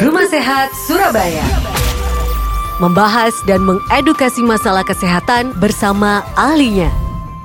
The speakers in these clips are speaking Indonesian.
Rumah Sehat Surabaya. Membahas dan mengedukasi masalah kesehatan bersama ahlinya.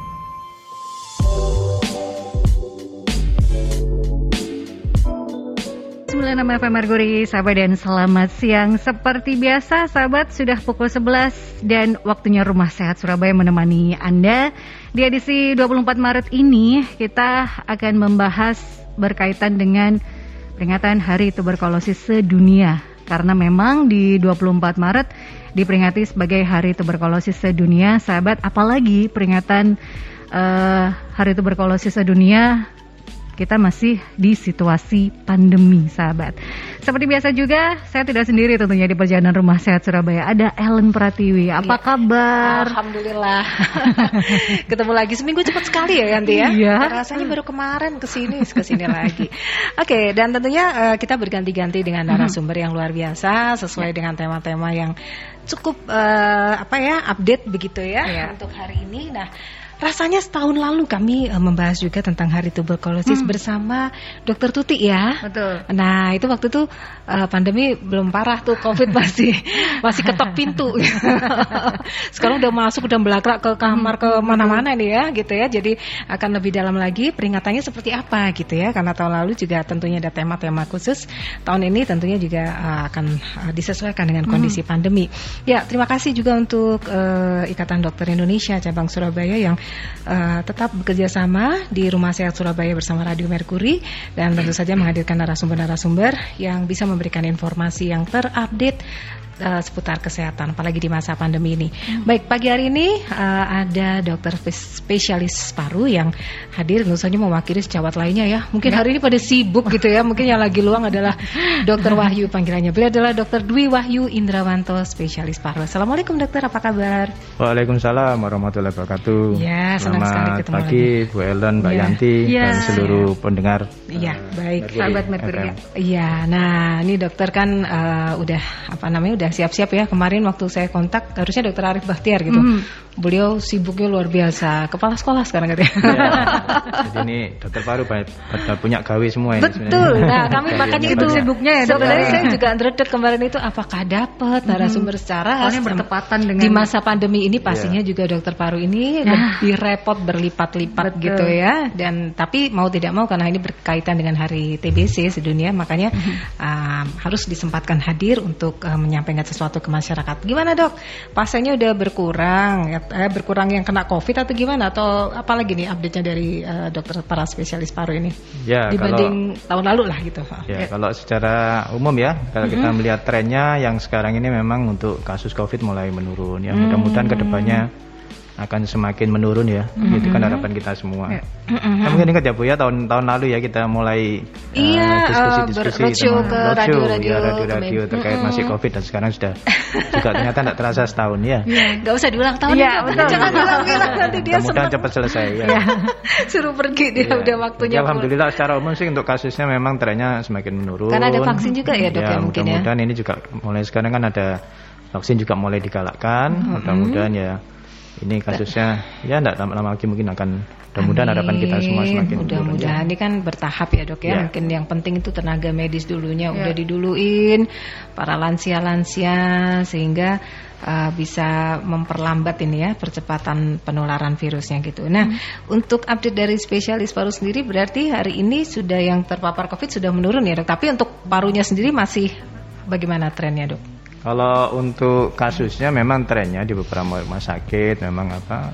96 FM Merguri, sahabat, dan selamat siang. Seperti biasa, sahabat, sudah pukul 11 dan waktunya Rumah Sehat Surabaya menemani Anda. Di edisi 24 Maret ini, kita akan membahas berkaitan dengan peringatan Hari Tuberkulosis Sedunia. Karena memang di 24 Maret diperingati sebagai Hari Tuberkulosis Sedunia, sahabat, apalagi peringatan Hari Tuberkulosis Sedunia, kita masih di situasi pandemi, sahabat. Seperti biasa juga, saya tidak sendiri tentunya di perjalanan Rumah Sehat Surabaya. Ada Ellen Pratiwi. Apa kabar? Alhamdulillah. Ketemu lagi, seminggu cepat sekali ya Yanti ya. Iya. Rasanya baru kemarin kesini lagi. Oke, dan tentunya kita berganti-ganti dengan narasumber yang luar biasa sesuai dengan tema-tema yang cukup update begitu ya untuk hari ini. Nah, rasanya setahun lalu kami membahas juga tentang Hari Tuberkulosis bersama Dr. Tuti ya. Betul. Nah, itu waktu itu pandemi belum parah tuh, COVID masih ketok pintu. Sekarang udah masuk, udah belakrak ke kamar, ke mana-mana nih ya, gitu ya. Jadi akan lebih dalam lagi peringatannya seperti apa gitu ya. Karena tahun lalu juga tentunya ada tema-tema khusus. Tahun ini tentunya juga akan disesuaikan dengan kondisi pandemi. Ya, terima kasih juga untuk Ikatan Dokter Indonesia cabang Surabaya yang tetap bekerja sama di Rumah Sehat Surabaya bersama Radio Mercury, dan tentu saja menghadirkan narasumber-narasumber yang bisa memberikan informasi yang terupdate seputar kesehatan, apalagi di masa pandemi ini. Baik, pagi hari ini ada dokter spesialis paru yang hadir, tentu saja mewakili sejawat lainnya ya. Mungkin hari ini pada sibuk gitu ya. Mungkin yang lagi luang adalah Dokter Wahyu panggilannya. Beliau adalah Dokter Dwi Wahyu Indrawanto, spesialis paru. Assalamualaikum dokter, apa kabar? Waalaikumsalam warahmatullahi wabarakatuh. Ya, senang sekali ketemu lagi. Selamat pagi Bu Ellen, Mbak Yanti, dan seluruh pendengar. Iya, baik. Sahabat Mercury. Iya, nah ini dokter kan udah siap-siap ya. Kemarin waktu saya kontak, harusnya Dokter Arif Bahtiar gitu. Beliau sibuknya luar biasa, kepala sekolah sekarang katanya. Ya, jadi ini dokter paru pada punya gawe semua ini. Betul. Nah, kami makanya itu sibuknya ya. Sebenarnya saya juga ndredeg kemarin itu, apakah dapat narasumber secara bertepatan dengan di masa pandemi ini. Pastinya juga dokter paru ini lebih repot berlipat-lipat gitu ya. Dan tapi mau tidak mau, karena ini berkaitan dengan Hari TBC sedunia, makanya harus disempatkan hadir untuk menyampaikan sesuatu ke masyarakat. Gimana dok? Pasiennya udah berkurang yang kena COVID atau gimana? Atau apalagi nih update-nya dari dokter para spesialis paru ini? Ya, dibanding tahun lalu lah gitu. Ya, kalau secara umum ya, kalau kita melihat trennya yang sekarang ini memang untuk kasus COVID mulai menurun ya. Mudah-mudahan kedepannya akan semakin menurun ya. Itu kan harapan kita semua. Nah, mungkin ingat ya Bu ya, tahun lalu ya kita mulai diskusi ke radio terkait masih COVID, dan sekarang sudah juga ternyata tidak terasa setahun ya. Gak usah diulang tahun ya, jangan diulang nanti dia mudah-mudahan cepat selesai ya. Suruh pergi dia udah waktunya. Ya, alhamdulillah secara umum sih untuk kasusnya memang trennya semakin menurun. Karena ada vaksin juga ya dok ya, mungkin ya. Mudah-mudahan ini juga mulai sekarang kan ada vaksin juga mulai digalakkan. Mudah-mudahan ya ini kasusnya ya tidak lama lagi mungkin akan, mudah-mudahan harapan kita semua semakin mudah-mudahan ini kan bertahap ya dok ya. Mungkin yang penting itu tenaga medis dulunya udah diduluin, para lansia-lansia, sehingga bisa memperlambat ini ya percepatan penularan virusnya gitu. Nah, untuk update dari spesialis paru sendiri, berarti hari ini sudah yang terpapar COVID sudah menurun ya dok. Tapi untuk parunya sendiri masih bagaimana trennya dok? Kalau untuk kasusnya memang trennya di beberapa rumah sakit memang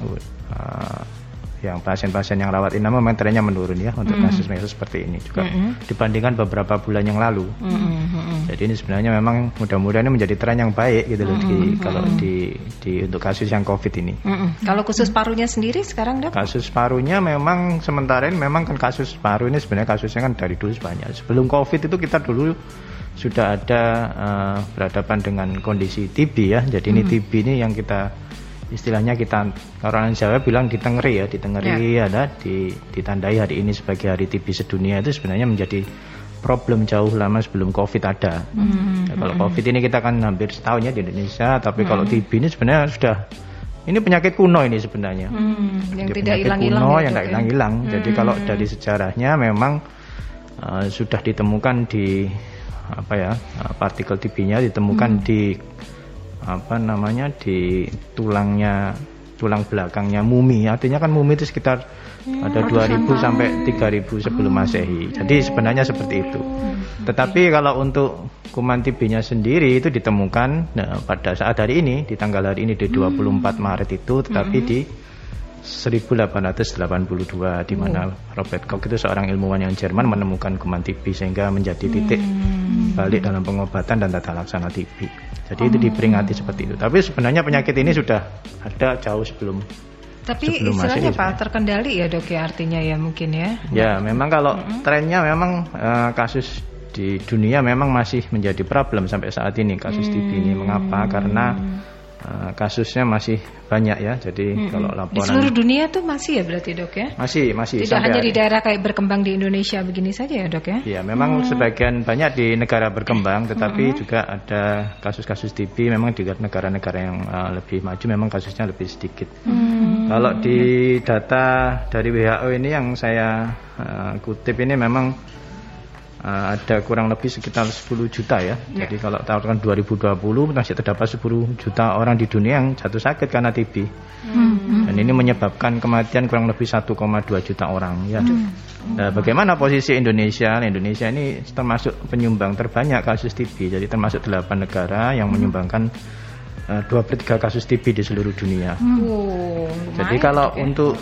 yang pasien-pasien yang rawat inap memang trennya menurun ya untuk kasus-kasus seperti ini juga dibandingkan beberapa bulan yang lalu. Jadi ini sebenarnya memang mudah-mudahan ini menjadi tren yang baik gitu loh kalau di untuk kasus yang COVID ini. Kalau khusus parunya sendiri sekarang dok? Kasus parunya memang sementara ini memang kan kasus paru ini sebenarnya kasusnya kan dari dulu banyak. Sebelum COVID itu kita dulu sudah ada berhadapan dengan kondisi TB ya. Jadi ini TB ini yang kita istilahnya orang Jawa bilang ditengeri ya, ditandai hari ini sebagai Hari TB Sedunia. Itu sebenarnya menjadi problem jauh lama sebelum COVID ada. Kalau COVID ini kita kan hampir setahun ya di Indonesia, tapi kalau TB ini sebenarnya sudah, ini penyakit kuno ini sebenarnya. Yang tidak hilang-hilang. Yang tidak hilang-hilang. Jadi kalau dari sejarahnya memang sudah ditemukan di partikel TB-nya ditemukan di tulang belakangnya mumi. Artinya kan mumi itu sekitar ada 2000 sampai 3000 sebelum Masehi. Jadi sebenarnya seperti itu. Tetapi kalau untuk kuman TB-nya sendiri itu ditemukan pada saat hari ini, di tanggal hari ini di 24 Maret itu, tetapi di 1882 di mana Robert Koch itu seorang ilmuwan yang Jerman menemukan kuman TB sehingga menjadi titik balik dalam pengobatan dan tata laksana TB. Jadi itu diperingati seperti itu. Tapi sebenarnya penyakit ini sudah ada jauh sebelum. Tapi istilahnya Pak terkendali ya dok ya, artinya ya mungkin ya. Ya memang kalau trennya memang kasus di dunia memang masih menjadi problem sampai saat ini kasus TB ini. Mengapa? Karena kasusnya masih banyak ya. Jadi kalau laporan di seluruh dunia tuh masih ya berarti dok ya? Masih. Tidak hanya di daerah kayak berkembang di Indonesia begini saja ya dok ya? Ya memang sebagian banyak di negara berkembang, tetapi juga ada kasus-kasus TB memang di negara-negara yang lebih maju memang kasusnya lebih sedikit. Kalau di data dari WHO ini yang saya kutip ini memang ada kurang lebih sekitar 10 juta ya. Jadi kalau tahun 2020 masih terdapat 10 juta orang di dunia yang jatuh sakit karena TB. Dan ini menyebabkan kematian kurang lebih 1,2 juta orang ya. Nah, bagaimana posisi Indonesia? Indonesia ini termasuk penyumbang terbanyak kasus TB. Jadi termasuk 8 negara yang menyumbangkan 2/3 kasus TB di seluruh dunia. Jadi kalau untuk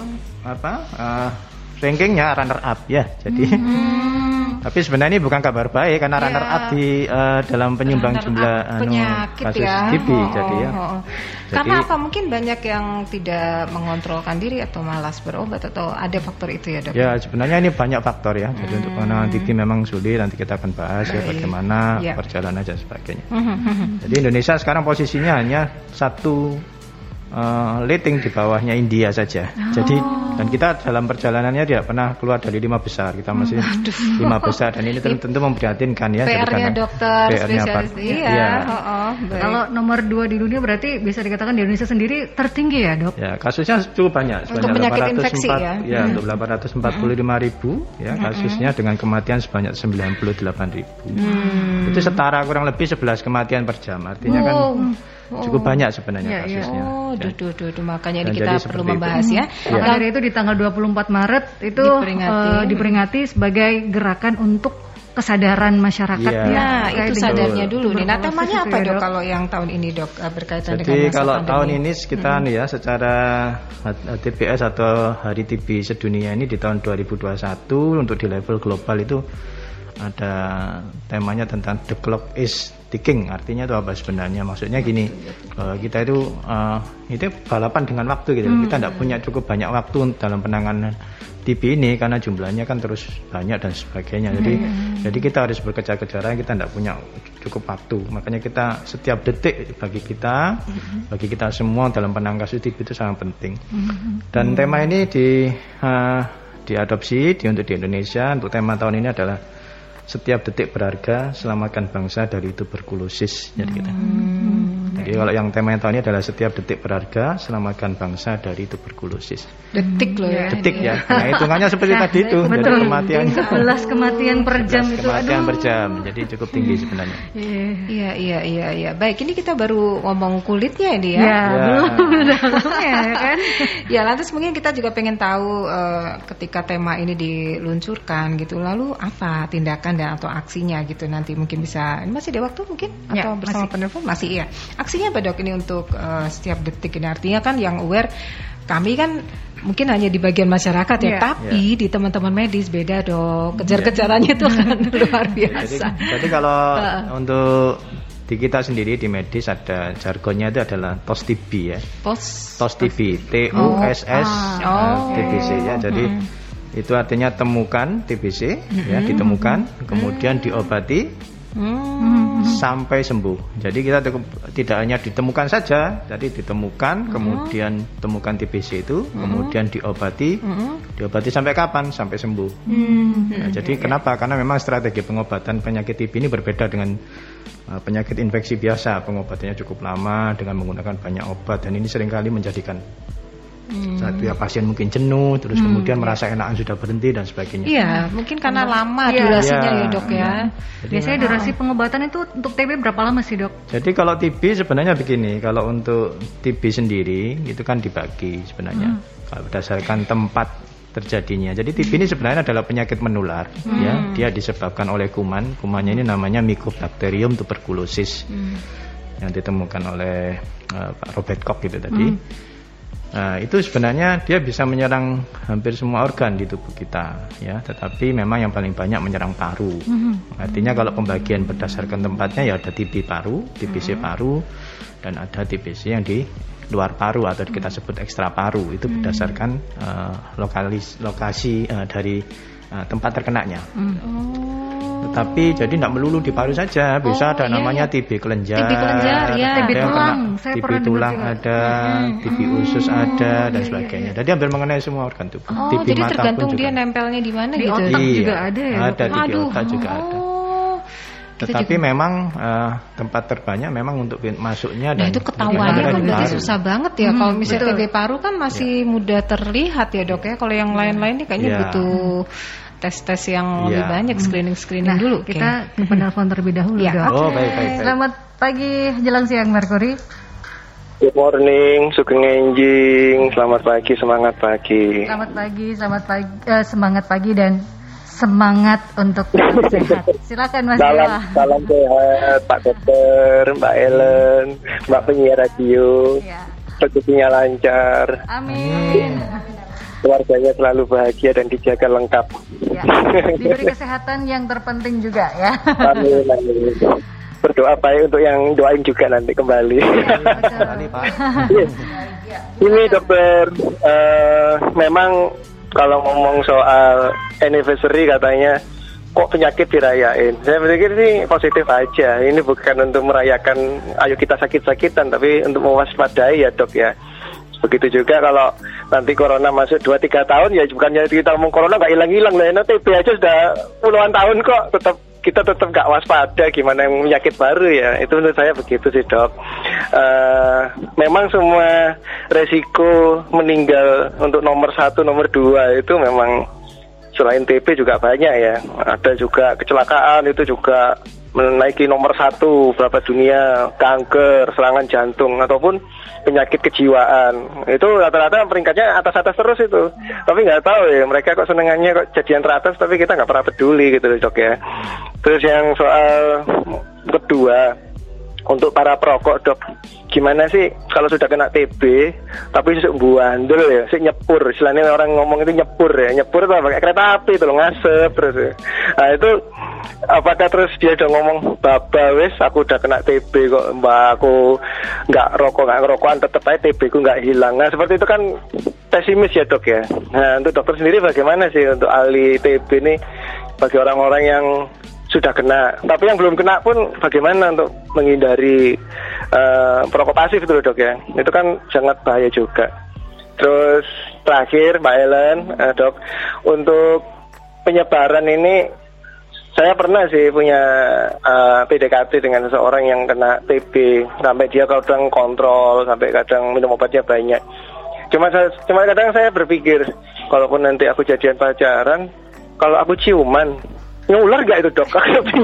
rankingnya runner up ya. Jadi tapi sebenarnya ini bukan kabar baik karena runner up di dalam penyumbang jumlah penyakit kasus ya. TB jadi ya. Karena apa? Mungkin banyak yang tidak mengontrolkan diri atau malas berobat atau ada faktor itu ya dok? Ya sebenarnya ini banyak faktor ya. Jadi untuk penanganan TB memang sulit. Nanti kita akan bahas ya bagaimana perjalanan dan sebagainya. Jadi Indonesia sekarang posisinya hanya satu rating di bawahnya India saja. Jadi dan kita dalam perjalanannya tidak pernah keluar dari 5 besar. Kita masih 5 besar dan ini tentu memprihatinkan ya. PR-nya dokter, spesialis. Kalau nomor 2 di dunia berarti bisa dikatakan di Indonesia sendiri tertinggi ya dok? Ya kasusnya cukup banyak. Untuk penyakit infeksi ya? Ya untuk 845.000 ya kasusnya dengan kematian sebanyak 98.000. Itu setara kurang lebih 11 kematian per jam. Artinya kan cukup banyak sebenarnya kasusnya. Makanya ini kita perlu membahas ya. Maka dari itu di tanggal 24 Maret itu diperingati sebagai gerakan untuk kesadaran masyarakat itu sadarnya dulu nih. Nah temanya apa dok kalau yang tahun ini dok berkaitan dengan masa kalau pandemi? Tahun ini kita ya secara HTBS atau Hari TB Sedunia ini di tahun 2021 untuk di level global itu ada temanya tentang the clock is ticking. Artinya itu apa sebenarnya? Maksudnya gini, kita itu balapan dengan waktu gitu. Kita tidak punya cukup banyak waktu dalam penanganan TB ini karena jumlahnya kan terus banyak dan sebagainya. Jadi kita harus berkejar-kejaran, kita tidak punya cukup waktu. Makanya kita setiap detik bagi kita semua dalam penanganan kasus TB itu sangat penting. Dan tema ini diadopsi untuk di Indonesia. Untuk tema tahun ini adalah setiap detik berharga, selamatkan bangsa dari tuberkulosis. Jadi kalau yang tema tahun ini adalah setiap detik berharga, selamatkan bangsa dari tuberkulosis. Detik loh ya. Detik ya. Nah hitungannya seperti tadi itu. Betul. Jadi kematian 11 kematian per jam itu. Kematian per jam. Jadi cukup tinggi sebenarnya. Iya. Baik, ini kita baru ngomong kulitnya ini ya. Belum dalamnya kan. Ya lantas mungkin kita juga pengen tahu ketika tema ini diluncurkan gitu, lalu apa tindakan dan atau aksinya gitu nanti mungkin bisa. Ini masih ada waktu mungkin atau bersama penelpon masih ya. Aksinya apa dok ini untuk setiap detik ini? Artinya kan yang aware kami kan mungkin hanya di bagian masyarakat ya, tapi di teman-teman medis beda dok. Kejar-kejarannya itu kan luar biasa. Jadi kalau untuk di kita sendiri di medis ada jargonnya itu adalah TOS TB ya. TOS TB, TOSS TBC ya. Jadi itu artinya temukan TBC ya, ditemukan, kemudian diobati sampai sembuh. Jadi kita tidak hanya ditemukan saja, jadi ditemukan, kemudian temukan TBC itu, kemudian diobati sampai kapan? Sampai sembuh. Nah, jadi kenapa? Karena memang strategi pengobatan penyakit TB ini berbeda dengan penyakit infeksi biasa. Pengobatannya cukup lama dengan menggunakan banyak obat dan ini seringkali menjadikan Saat ya pasien mungkin jenuh, terus kemudian merasa enakan sudah berhenti dan sebagainya. Iya, mungkin karena lama durasinya ya dok ya. Biasanya durasi pengobatan itu untuk TB berapa lama sih dok? Jadi kalau TB sebenarnya begini, kalau untuk TB sendiri itu kan dibagi sebenarnya kalau berdasarkan tempat terjadinya. Jadi TB ini sebenarnya adalah penyakit menular, ya. Dia disebabkan oleh kuman. Kumannya ini namanya Mycobacterium tuberculosis yang ditemukan oleh Pak Robert Koch gitu tadi. Nah, itu sebenarnya dia bisa menyerang hampir semua organ di tubuh kita, ya. Tetapi memang yang paling banyak menyerang paru. Artinya kalau pembagian berdasarkan tempatnya ya ada TB paru, TBC paru, dan ada TBC yang di luar paru atau kita sebut ekstra paru. Itu berdasarkan lokasi dari tempat terkenanya. Tetapi jadi tidak melulu di paru saja, bisa ada namanya TB kelenjar, TB tulang, saya TB pernah tulang dengar ada, TB usus ada dan sebagainya. Jadi hampir mengenai semua organ tubuh. TB Jadi mata tergantung pun dia juga. nempelnya di mana Di gitu. otak juga ada ya, Ada dok? di otak juga ada. Tetapi memang tempat terbanyak memang untuk masuknya Nah dan itu ketahuannya ada kan di berarti paru. susah banget ya. Kalau misalnya TB paru kan masih mudah terlihat ya dok ya. Kalau yang lain-lain ini kayaknya butuh tes-tes yang lebih banyak, screening dulu. Kita ke penelpon terlebih dahulu Ya, dok. Oh, baik. Selamat pagi, jelang siang Mercury. Good morning, Sugeng Enjing. Selamat pagi, semangat pagi. Selamat pagi, semangat pagi dan semangat untuk tetap sehat. Silakan Mas Dewa. Salam sehat, Pak Dokter, Mbak Ellen, Mbak penyiar radio. Ya. Rezekinya lancar, Amin. keluarganya selalu bahagia dan dijaga lengkap. Ya. Diberi kesehatan yang terpenting juga ya. Amin, amin. Berdoa baik untuk yang doain juga nanti kembali. Sekali, Pak. Ini dokter, memang kalau ngomong soal anniversary katanya kok penyakit dirayain. Saya pikir sih positif aja. Ini bukan untuk merayakan ayo kita sakit-sakitan, tapi untuk mewaspadai ya dok ya. Begitu juga kalau nanti corona masuk 2-3 tahun ya bukannya kita ngomong corona nggak hilang-hilang lah. Nah, TB aja sudah puluhan tahun kok kita tetap nggak waspada gimana yang penyakit baru ya. Itu menurut saya begitu sih dok. Memang semua resiko meninggal untuk nomor 1, nomor 2 itu memang selain TB juga banyak ya. Ada juga kecelakaan itu juga menaiki nomor 1 berapa dunia, kanker, serangan jantung ataupun penyakit kejiwaan. Itu rata-rata peringkatnya atas-atas terus itu. Tapi nggak tahu ya mereka kok senengannya kok jadian teratas tapi kita nggak pernah peduli gitu dok ya. Terus yang soal kedua untuk para perokok dok, gimana sih kalau sudah kena TB tapi bandel ya, nyepur, istilahnya orang ngomong itu nyepur itu apa, pakai kereta api itu loh, ngasep terus ya. Nah itu apakah terus dia udah ngomong baba wes aku udah kena TB kok mbak, aku nggak ngerokokan tetep aja TB ku nggak hilang. Nah seperti itu kan pesimis ya dok ya. Nah untuk dokter sendiri bagaimana sih untuk ahli TB ini bagi orang-orang yang sudah kena, tapi yang belum kena pun bagaimana untuk menghindari perokok pasif itu loh dok ya. Itu kan sangat bahaya juga. Terus terakhir Mbak Ellen, dok, untuk penyebaran ini saya pernah sih punya PDKT dengan seseorang yang kena TB sampai dia kadang kontrol, sampai kadang minum obatnya banyak. Cuma kadang saya berpikir kalaupun nanti aku jadian pacaran, kalau aku ciuman nular gak itu dok?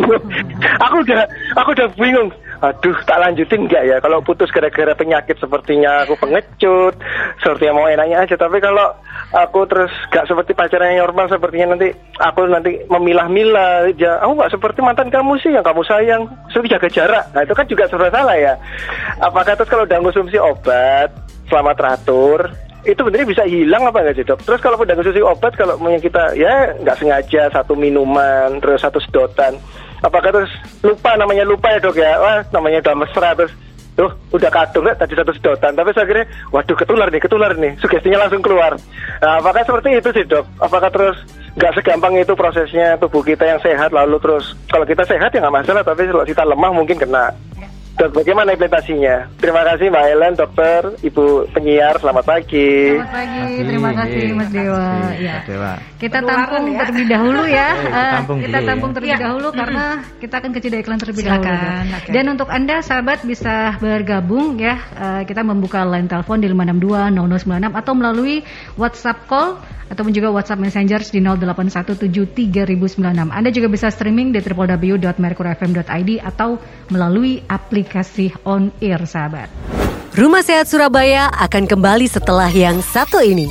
Aku udah bingung. Aduh, tak lanjutin nggak ya? Kalau putus gara-gara penyakit sepertinya aku pengecut, sepertinya mau enaknya aja. Tapi kalau aku terus gak seperti pacaran yang normal, sepertinya nanti aku memilah-milah. Aku nggak seperti mantan kamu sih, yang kamu sayang, suruh jaga jarak. Nah itu kan juga sebenarnya salah ya. Apakah terus kalau udah konsumsi obat selama teratur, itu benernya bisa hilang apa nggak sih dok? Terus kalau udah konsumsi obat, kalau kita ya nggak sengaja 1 minuman, terus 1 sedotan, apakah terus namanya lupa ya dok ya? Wah namanya udah mesra terus, udah kadung tadi 1 sedotan, tapi saya kira waduh ketular nih, sugestinya langsung keluar. Nah, apakah seperti itu sih dok? Apakah terus nggak segampang itu prosesnya tubuh kita yang sehat lalu terus kalau kita sehat ya nggak masalah, tapi kalau kita lemah mungkin kena. Dan bagaimana implementasinya? Terima kasih Mbak Ellen, dokter, Ibu penyiar, selamat pagi. Selamat pagi, terima kasih Mas Dewa. Ya. Dewa. Kita tampung terlebih dahulu ya. Kita dulu tampung ya. terlebih dahulu karena kita akan ke jeda iklan terlebih dahulu. Okay. Dan untuk Anda sahabat bisa bergabung ya. Kita membuka line telepon di 562 0096 atau melalui WhatsApp call ataupun juga WhatsApp Messenger di 08173096. Anda juga bisa streaming di www.merkurfm.id atau melalui aplikasi On Air, sahabat. Rumah Sehat Surabaya akan kembali setelah yang satu ini.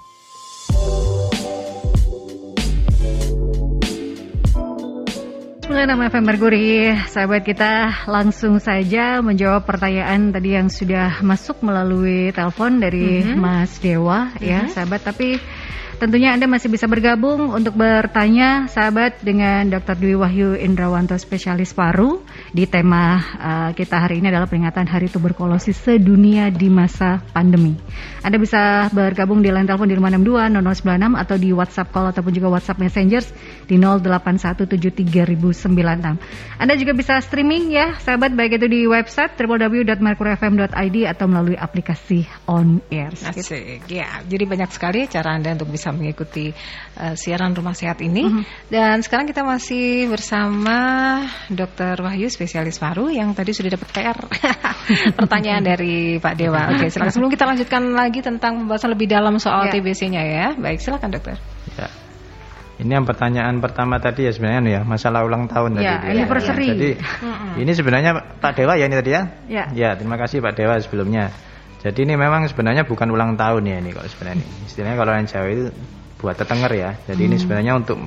Nama FM Merguri, sahabat kita langsung saja menjawab pertanyaan tadi yang sudah masuk melalui telepon dari Mas Dewa ya sahabat. Tapi tentunya Anda masih bisa bergabung untuk bertanya sahabat dengan Dr. Dwi Wahyu Indrawanto, spesialis paru. Di tema kita hari ini adalah peringatan Hari Tuberkulosis Sedunia di masa pandemi. Anda bisa bergabung di line telepon di 562 0096 atau di WhatsApp call ataupun juga WhatsApp Messenger di 08173096. Anda juga bisa streaming ya sahabat, baik itu di website www.merkurfm.id atau melalui aplikasi On Air. Asik. Ya, jadi banyak sekali cara Anda untuk bisa mengikuti siaran Rumah Sehat ini. Dan sekarang kita masih bersama Dr. Wahyu, spesialis paru yang tadi sudah dapat PR pertanyaan dari Pak Dewa. Oke, silakan. Sebelum kita lanjutkan lagi tentang pembahasan lebih dalam soal TBC-nya ya. Baik, silakan dokter. Ya. Ini yang pertanyaan pertama tadi ya sebenarnya ya masalah ulang tahun ya, tadi. Anniversary. Ya. Jadi ini sebenarnya Pak Dewa ya ini tadi ya. Ya, terima kasih Pak Dewa sebelumnya. Jadi ini memang sebenarnya bukan ulang tahun ya ini kalau sebenarnya. Istilahnya kalau orang Jawa itu buat tetenger ya. Jadi ini sebenarnya untuk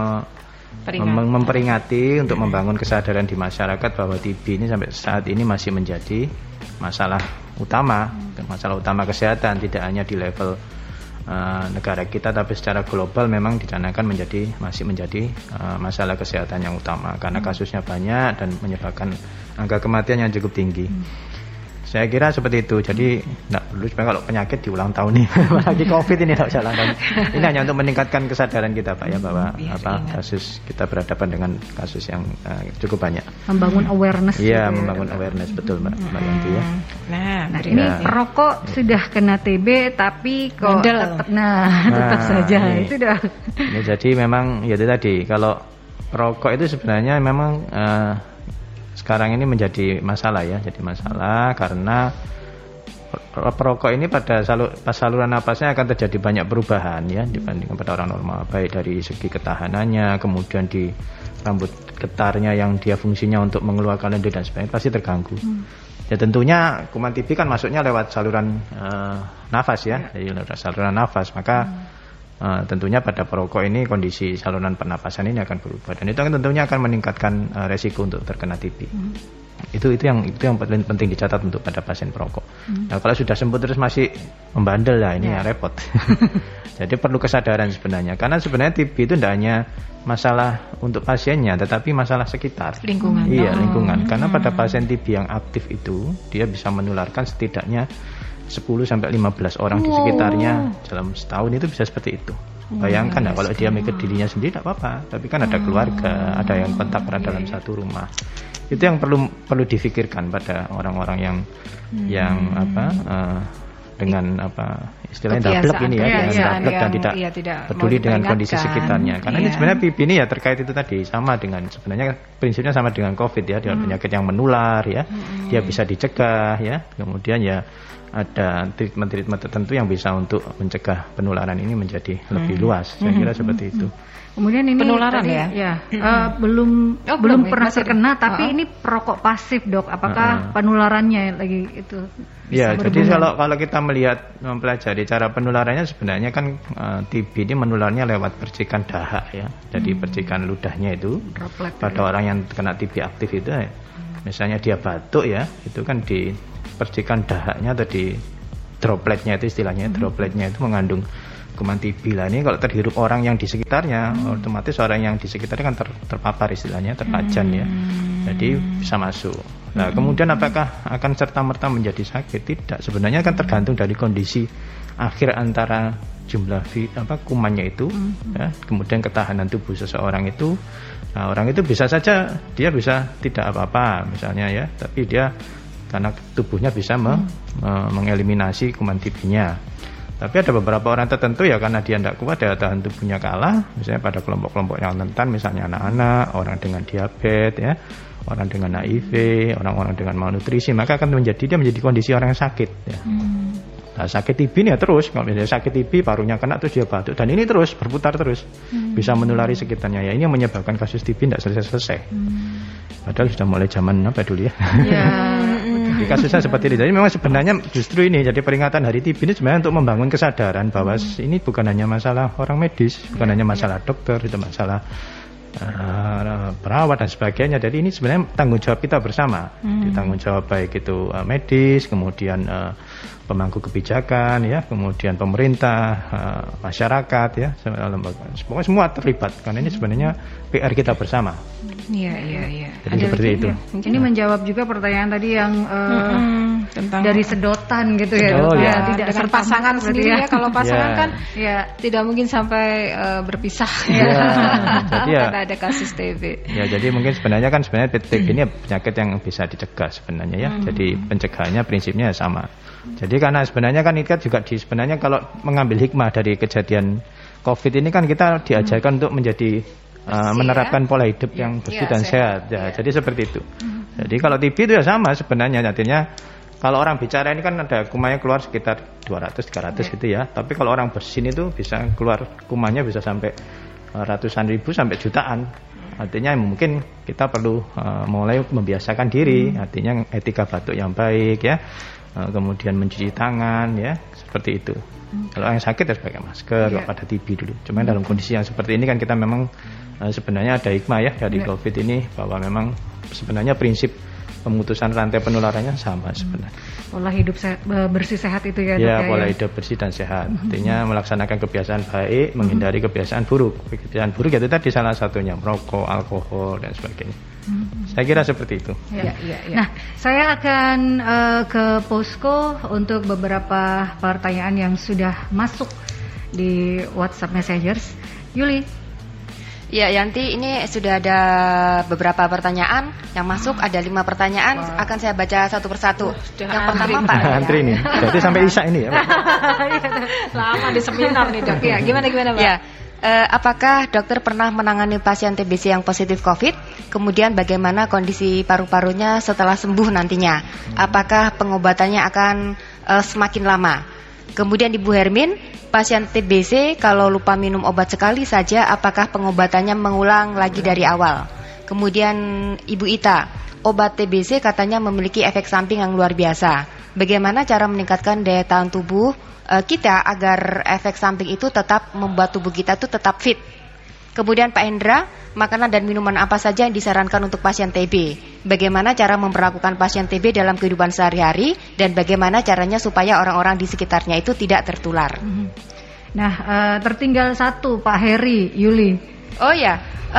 memperingati, untuk membangun kesadaran di masyarakat bahwa TB ini sampai saat ini masih menjadi masalah utama kesehatan, tidak hanya di level negara kita tapi secara global memang dicanakan masih menjadi masalah kesehatan yang utama karena kasusnya banyak dan menyebabkan angka kematian yang cukup tinggi. Saya kira seperti itu. Jadi tidak perlu sebenarnya kalau penyakit di ulang tahun nih, apalagi COVID ini tidak usah ulang tahun. Ini hanya untuk meningkatkan kesadaran kita Pak ya bahwa kasus kita berhadapan dengan kasus yang cukup banyak. Membangun awareness. Iya, membangun awareness betul Mbak Yanti ya. Nah ini perokok sudah kena TB tapi kok tetap saja itu dah. Ini jadi memang ya itu tadi kalau perokok itu sebenarnya memang sekarang ini menjadi masalah ya, jadi masalah karena perokok ini pada saluran napasnya akan terjadi banyak perubahan ya dibandingkan pada orang normal, baik dari segi ketahanannya, kemudian di rambut getarnya yang dia fungsinya untuk mengeluarkan lendir dan sebagainya pasti terganggu. Ya tentunya kuman TB kan masuknya lewat saluran nafas ya, jadi lewat saluran nafas maka tentunya pada perokok ini kondisi saluran pernapasan ini akan berubah dan itu tentunya akan meningkatkan resiko untuk terkena TB. Itu yang penting dicatat untuk pada pasien perokok. Nah, kalau sudah sembuh terus masih membandel lah ini ya repot. Jadi perlu kesadaran sebenarnya karena sebenarnya TB itu tidak hanya masalah untuk pasiennya tetapi masalah sekitar. Lingkungan. Iya, lingkungan. Karena pada pasien TB yang aktif itu dia bisa menularkan setidaknya 10-15 orang di sekitarnya dalam setahun itu bisa seperti itu. Bayangkan kalau dia mikir dirinya sendiri tidak apa-apa, tapi kan ada keluarga, ada yang kontak erat dalam satu rumah. Itu yang perlu difikirkan pada orang-orang yang dengan istilahnya dablek ini dablek dan tidak peduli dengan kondisi sekitarnya. Karena ini sebenarnya PIB ini ya terkait itu tadi sama dengan sebenarnya prinsipnya sama dengan COVID ya, dengan penyakit yang menular ya, dia bisa dicegah ya, kemudian ya ada treatment tertentu yang bisa untuk mencegah penularan ini menjadi lebih luas. Saya kira seperti itu. Kemudian ini penularan tadi, belum pernah terkena tapi ini perokok pasif dok. Apakah penularannya lagi itu? Ya, jadi kalau kita mempelajari cara penularannya sebenarnya kan TB ini menularnya lewat percikan dahak ya. Jadi percikan ludahnya itu pada orang yang kena TB aktif itu misalnya dia batuk ya, itu kan di percikan dahaknya atau di dropletnya itu istilahnya, dropletnya itu mengandung kuman TB lah. Ini kalau terhirup orang yang di sekitarnya, otomatis orang yang di sekitarnya kan terpapar istilahnya, terpajan ya. Jadi bisa masuk. Nah, kemudian apakah akan serta-merta menjadi sakit? Tidak. Sebenarnya kan tergantung dari kondisi akhir antara jumlah kumannya itu, ya, kemudian ketahanan tubuh seseorang itu, nah, orang itu bisa saja dia bisa tidak apa-apa misalnya ya, tapi dia karena tubuhnya bisa mengeliminasi kuman TB-nya. Tapi ada beberapa orang tertentu ya karena dia tidak kuat, daya tahan tubuhnya kalah, misalnya pada kelompok-kelompok yang rentan, misalnya anak-anak, orang dengan diabetes, ya, orang dengan HIV, orang-orang dengan malnutrisi, maka akan dia menjadi kondisi orang yang sakit. Ya. Nah, sakit TB ini ya terus, kalau misalnya sakit TB parunya kena terus dia batuk, dan ini terus berputar terus, bisa menulari sekitarnya. Ya ini yang menyebabkan kasus TB tidak selesai-selesai. Padahal sudah mulai zaman apa dulu ya. Jadi kasusnya seperti ini. Jadi memang sebenarnya justru ini jadi peringatan Hari TB ini sebenarnya untuk membangun kesadaran bahwa ini bukan hanya masalah orang medis, bukan hanya masalah dokter, itu masalah perawat dan sebagainya. Jadi ini sebenarnya tanggung jawab kita bersama. Tanggung jawab baik itu medis, kemudian pemangku kebijakan, ya, kemudian pemerintah, masyarakat, ya, pokoknya semua terlibat karena ini sebenarnya PR kita bersama. Iya. Jadi seperti itu. Ini menjawab juga pertanyaan tadi yang tentang dari sedotan gitu ya. Tidak dengan pasangan sendiri ya. Kalau pasangan kan tidak mungkin sampai berpisah. Jadi ya ada kasus TB. Ya, jadi mungkin sebenarnya TB ini penyakit yang bisa dicegah sebenarnya ya. Jadi pencegahannya prinsipnya sama. Jadi karena sebenarnya kan itu juga sebenarnya kalau mengambil hikmah dari kejadian COVID ini kan kita diajarkan untuk menjadi menerapkan pola hidup yang bersih dan sehat. Ya, jadi seperti itu. Jadi kalau TB itu ya sama sebenarnya, artinya kalau orang bicara ini kan ada kumannya keluar sekitar 200-300 gitu ya. Tapi kalau orang bersin itu bisa keluar kumannya bisa sampai ratusan ribu sampai jutaan. Artinya mungkin kita perlu mulai membiasakan diri, artinya etika batuk yang baik ya. Kemudian mencuci tangan ya, seperti itu. Kalau yang sakit harus pakai masker, kalau pada TB dulu. Cuma dalam kondisi yang seperti ini kan kita memang sebenarnya ada hikmah ya dari COVID ini, bahwa memang sebenarnya prinsip pemutusan rantai penularannya sama sebenarnya. Pola hidup bersih sehat itu ya. Ya, pola hidup bersih dan sehat. Artinya melaksanakan kebiasaan baik, menghindari kebiasaan buruk. Kebiasaan buruk itu tadi salah satunya merokok, alkohol dan sebagainya. Saya kira seperti itu. Ya. Nah, saya akan ke posko untuk beberapa pertanyaan yang sudah masuk di WhatsApp Messengers. Yuli. Ya, Yanti, ini sudah ada beberapa pertanyaan yang masuk, ada 5 pertanyaan, akan saya baca satu persatu. Yang pertama Pak. Antri nih, jadi sampai Isya ini ya. Lama di seminar nih Dok. Ya, gimana Pak? Ya, apakah dokter pernah menangani pasien TBC yang positif COVID? Kemudian bagaimana kondisi paru-parunya setelah sembuh nantinya? Apakah pengobatannya akan semakin lama? Kemudian Ibu Hermin, pasien TBC kalau lupa minum obat sekali saja, apakah pengobatannya mengulang lagi dari awal? Kemudian Ibu Ita, obat TBC katanya memiliki efek samping yang luar biasa. Bagaimana cara meningkatkan daya tahan tubuh kita agar efek samping itu tetap membuat tubuh kita itu tetap fit? Kemudian Pak Hendra, makanan dan minuman apa saja yang disarankan untuk pasien TB? Bagaimana cara memperlakukan pasien TB dalam kehidupan sehari-hari? Dan bagaimana caranya supaya orang-orang di sekitarnya itu tidak tertular? Nah, tertinggal satu, Pak Heri, Yuli. Oh ya,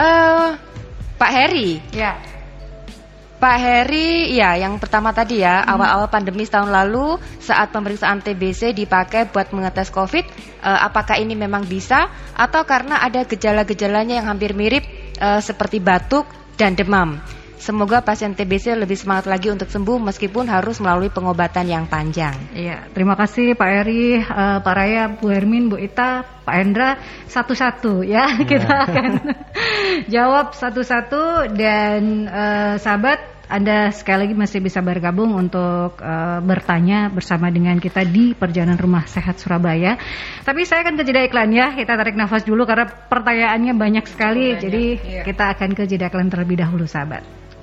Pak Heri. Ya. Pak Heri, ya yang pertama tadi ya, awal-awal pandemi tahun lalu saat pemeriksaan TBC dipakai buat mengetes COVID, apakah ini memang bisa atau karena ada gejala-gejalanya yang hampir mirip seperti batuk dan demam? Semoga pasien TBC lebih semangat lagi untuk sembuh meskipun harus melalui pengobatan yang panjang. Iya, terima kasih Pak Heri, Pak Raya, Bu Hermin, Bu Ita, Pak Hendra, satu-satu ya. Kita akan jawab satu-satu dan sahabat, Anda sekali lagi masih bisa bergabung untuk bertanya bersama dengan kita di Perjalanan Rumah Sehat Surabaya. Tapi saya akan ke jeda iklan ya. Kita tarik nafas dulu karena pertanyaannya banyak sekali. Jadi kita akan ke jeda iklan terlebih dahulu, sahabat.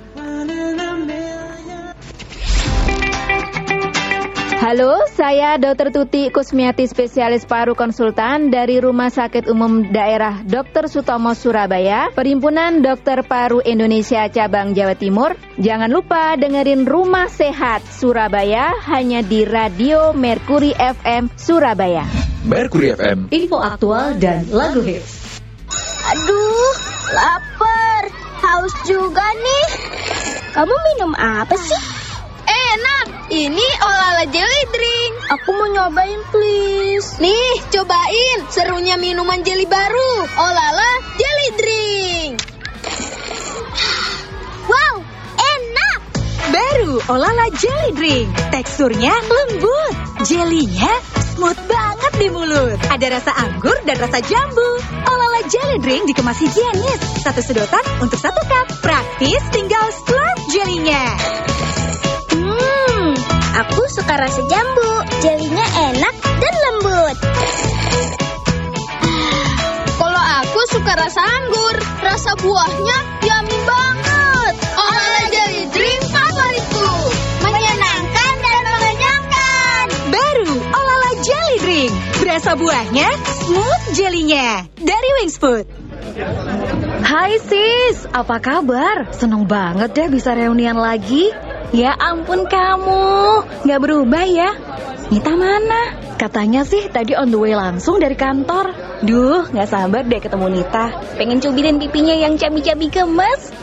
Halo, saya Dr. Tuti Kusmiati, spesialis paru konsultan dari Rumah Sakit Umum Daerah Dr. Sutomo Surabaya, Perhimpunan Dokter Paru Indonesia Cabang Jawa Timur. Jangan lupa dengerin Rumah Sehat Surabaya hanya di Radio Mercury FM Surabaya. Mercury FM, info aktual dan lagu hits. Aduh, lapar, haus juga nih. Kamu minum apa sih? Enak, ini Olala Jelly Drink. Aku mau nyobain please. Nih, cobain serunya minuman jelly baru, Olala Jelly Drink. Wow, enak. Baru Olala Jelly Drink. Teksturnya lembut, jelinya smooth banget di mulut. Ada rasa anggur dan rasa jambu. Olala Jelly Drink dikemas higienis. 1 sedotan untuk 1 cup. Praktis, tinggal slurp jelinya. Aku suka rasa jambu. Jelinya enak dan lembut. Kalau aku suka rasa anggur. Rasa buahnya yummy banget. Olala Jelly Drink favoritku. Menyenangkan dan mengenyangkan. Baru Olala Jelly Drink. Berasa buahnya, smooth jelinya. Dari Wings Food. Hai sis, apa kabar? Seneng banget deh bisa reunian lagi. Ya ampun kamu, gak berubah ya. Nita mana? Katanya sih tadi on the way langsung dari kantor. Duh, gak sabar deh ketemu Nita. Pengen cubitin pipinya yang cabi-cabi gemes.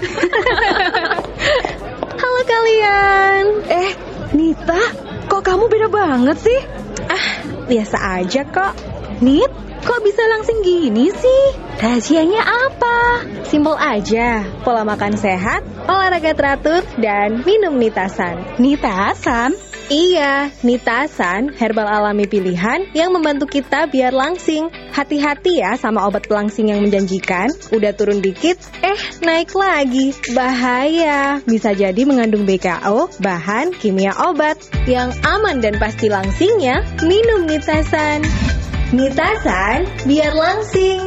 Halo kalian. Nita, kok kamu beda banget sih? Biasa aja kok. Nit, kok bisa langsing gini sih? Rahasianya apa? Simpel aja, pola makan sehat, olahraga teratur, dan minum Nitasan. Nitasan? Iya, Nitasan, herbal alami pilihan yang membantu kita biar langsing. Hati-hati ya sama obat pelangsing yang menjanjikan. Udah turun dikit, naik lagi. Bahaya, bisa jadi mengandung BKO, bahan kimia obat. Yang aman dan pasti langsingnya, minum Nitasan. Nitasan, biar langsing.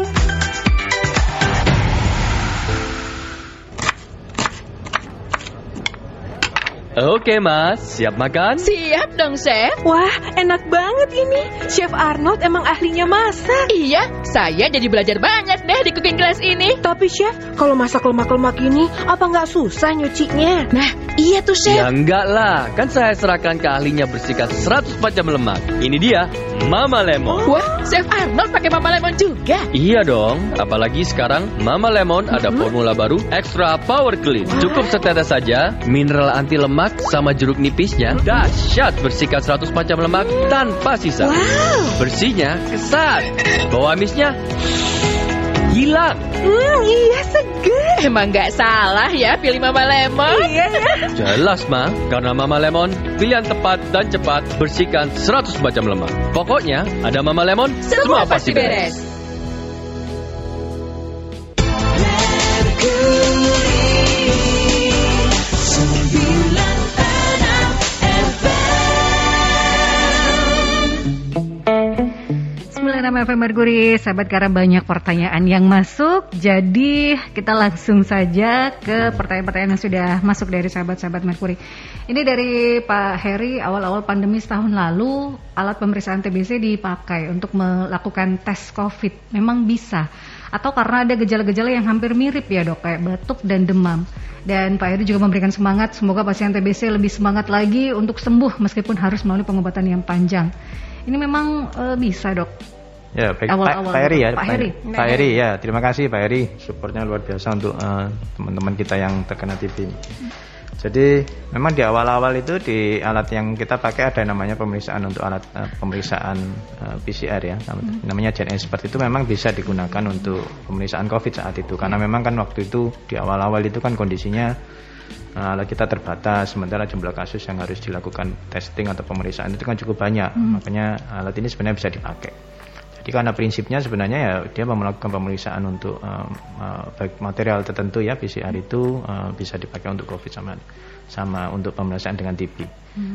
Oke mas, siap makan? Siap dong Chef. Wah, enak banget ini. Chef Arnold emang ahlinya masak. Iya, saya jadi belajar banyak deh di cooking class ini. Tapi Chef, kalau masak lemak-lemak ini, apa nggak susah nyucinya? Nah, iya tuh Chef. Ya enggak lah, kan saya serahkan ke ahlinya bersihkan 100 macam lemak. Ini dia, Mama Lemon. Wah, Chef Arnold pakai Mama Lemon juga? Iya dong, apalagi sekarang Mama Lemon ada formula baru Extra Power Clean. Cukup setetes saja, mineral anti lemak sama jeruk nipisnya dahsyat bersihkan 100 macam lemak tanpa sisa. Bersihnya kesat, bau amisnya hilang. Iya seger. Emang nggak salah ya pilih Mama Lemon. Iya ya. Jelas Ma, karena Mama Lemon pilihan tepat dan cepat bersihkan 100 macam lemak. Pokoknya ada Mama Lemon semua pasti beres. FM Merkuri, sahabat, karena banyak pertanyaan yang masuk, jadi kita langsung saja ke pertanyaan-pertanyaan yang sudah masuk dari sahabat-sahabat Merkuri. Ini dari Pak Heri, awal-awal pandemi setahun lalu, alat pemeriksaan TBC dipakai untuk melakukan tes COVID. Memang bisa? Atau karena ada gejala-gejala yang hampir mirip ya dok, kayak batuk dan demam. Dan Pak Heri juga memberikan semangat, semoga pasien TBC lebih semangat lagi untuk sembuh meskipun harus melalui pengobatan yang panjang. Ini memang bisa dok? Ya, baik, Pak Heri ya. Pak Heri ya, terima kasih Pak Heri, supportnya luar biasa untuk teman-teman kita yang terkena TB. Jadi memang di awal-awal itu di alat yang kita pakai ada namanya pemeriksaan untuk alat pemeriksaan PCR ya, namanya Gen Expert. Itu memang bisa digunakan untuk pemeriksaan COVID saat itu, karena memang kan waktu itu di awal-awal itu kan kondisinya alat kita terbatas, sementara jumlah kasus yang harus dilakukan testing atau pemeriksaan itu kan cukup banyak, makanya alat ini sebenarnya bisa dipakai. Jadi karena prinsipnya sebenarnya ya dia melakukan pemeriksaan untuk baik material tertentu ya, PCR itu bisa dipakai untuk COVID sama untuk pemeriksaan dengan TB.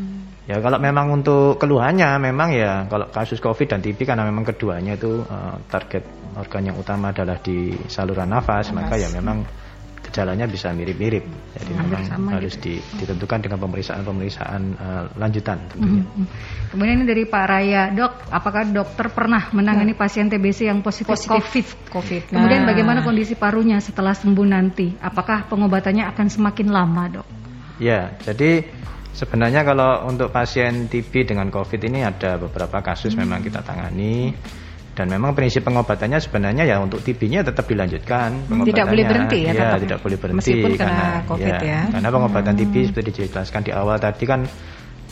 Ya kalau memang untuk keluhannya memang ya kalau kasus COVID dan TB karena memang keduanya itu target organ yang utama adalah di saluran nafas, maka ya memang gejalanya bisa mirip-mirip. Jadi memang harus ditentukan dengan pemeriksaan-pemeriksaan lanjutan tentunya. Kemudian ini dari Pak Raya, dok, apakah dokter pernah menangani pasien TBC yang positif COVID? Kemudian bagaimana kondisi parunya setelah sembuh nanti? Apakah pengobatannya akan semakin lama, dok? Ya, jadi sebenarnya kalau untuk pasien TB dengan COVID ini ada beberapa kasus memang kita tangani. Dan memang prinsip pengobatannya sebenarnya ya untuk TB-nya tetap dilanjutkan. Tidak boleh berhenti ya, tetap. Tidak boleh berhenti meskipun kena COVID ya. Karena pengobatan TB seperti dijelaskan di awal tadi kan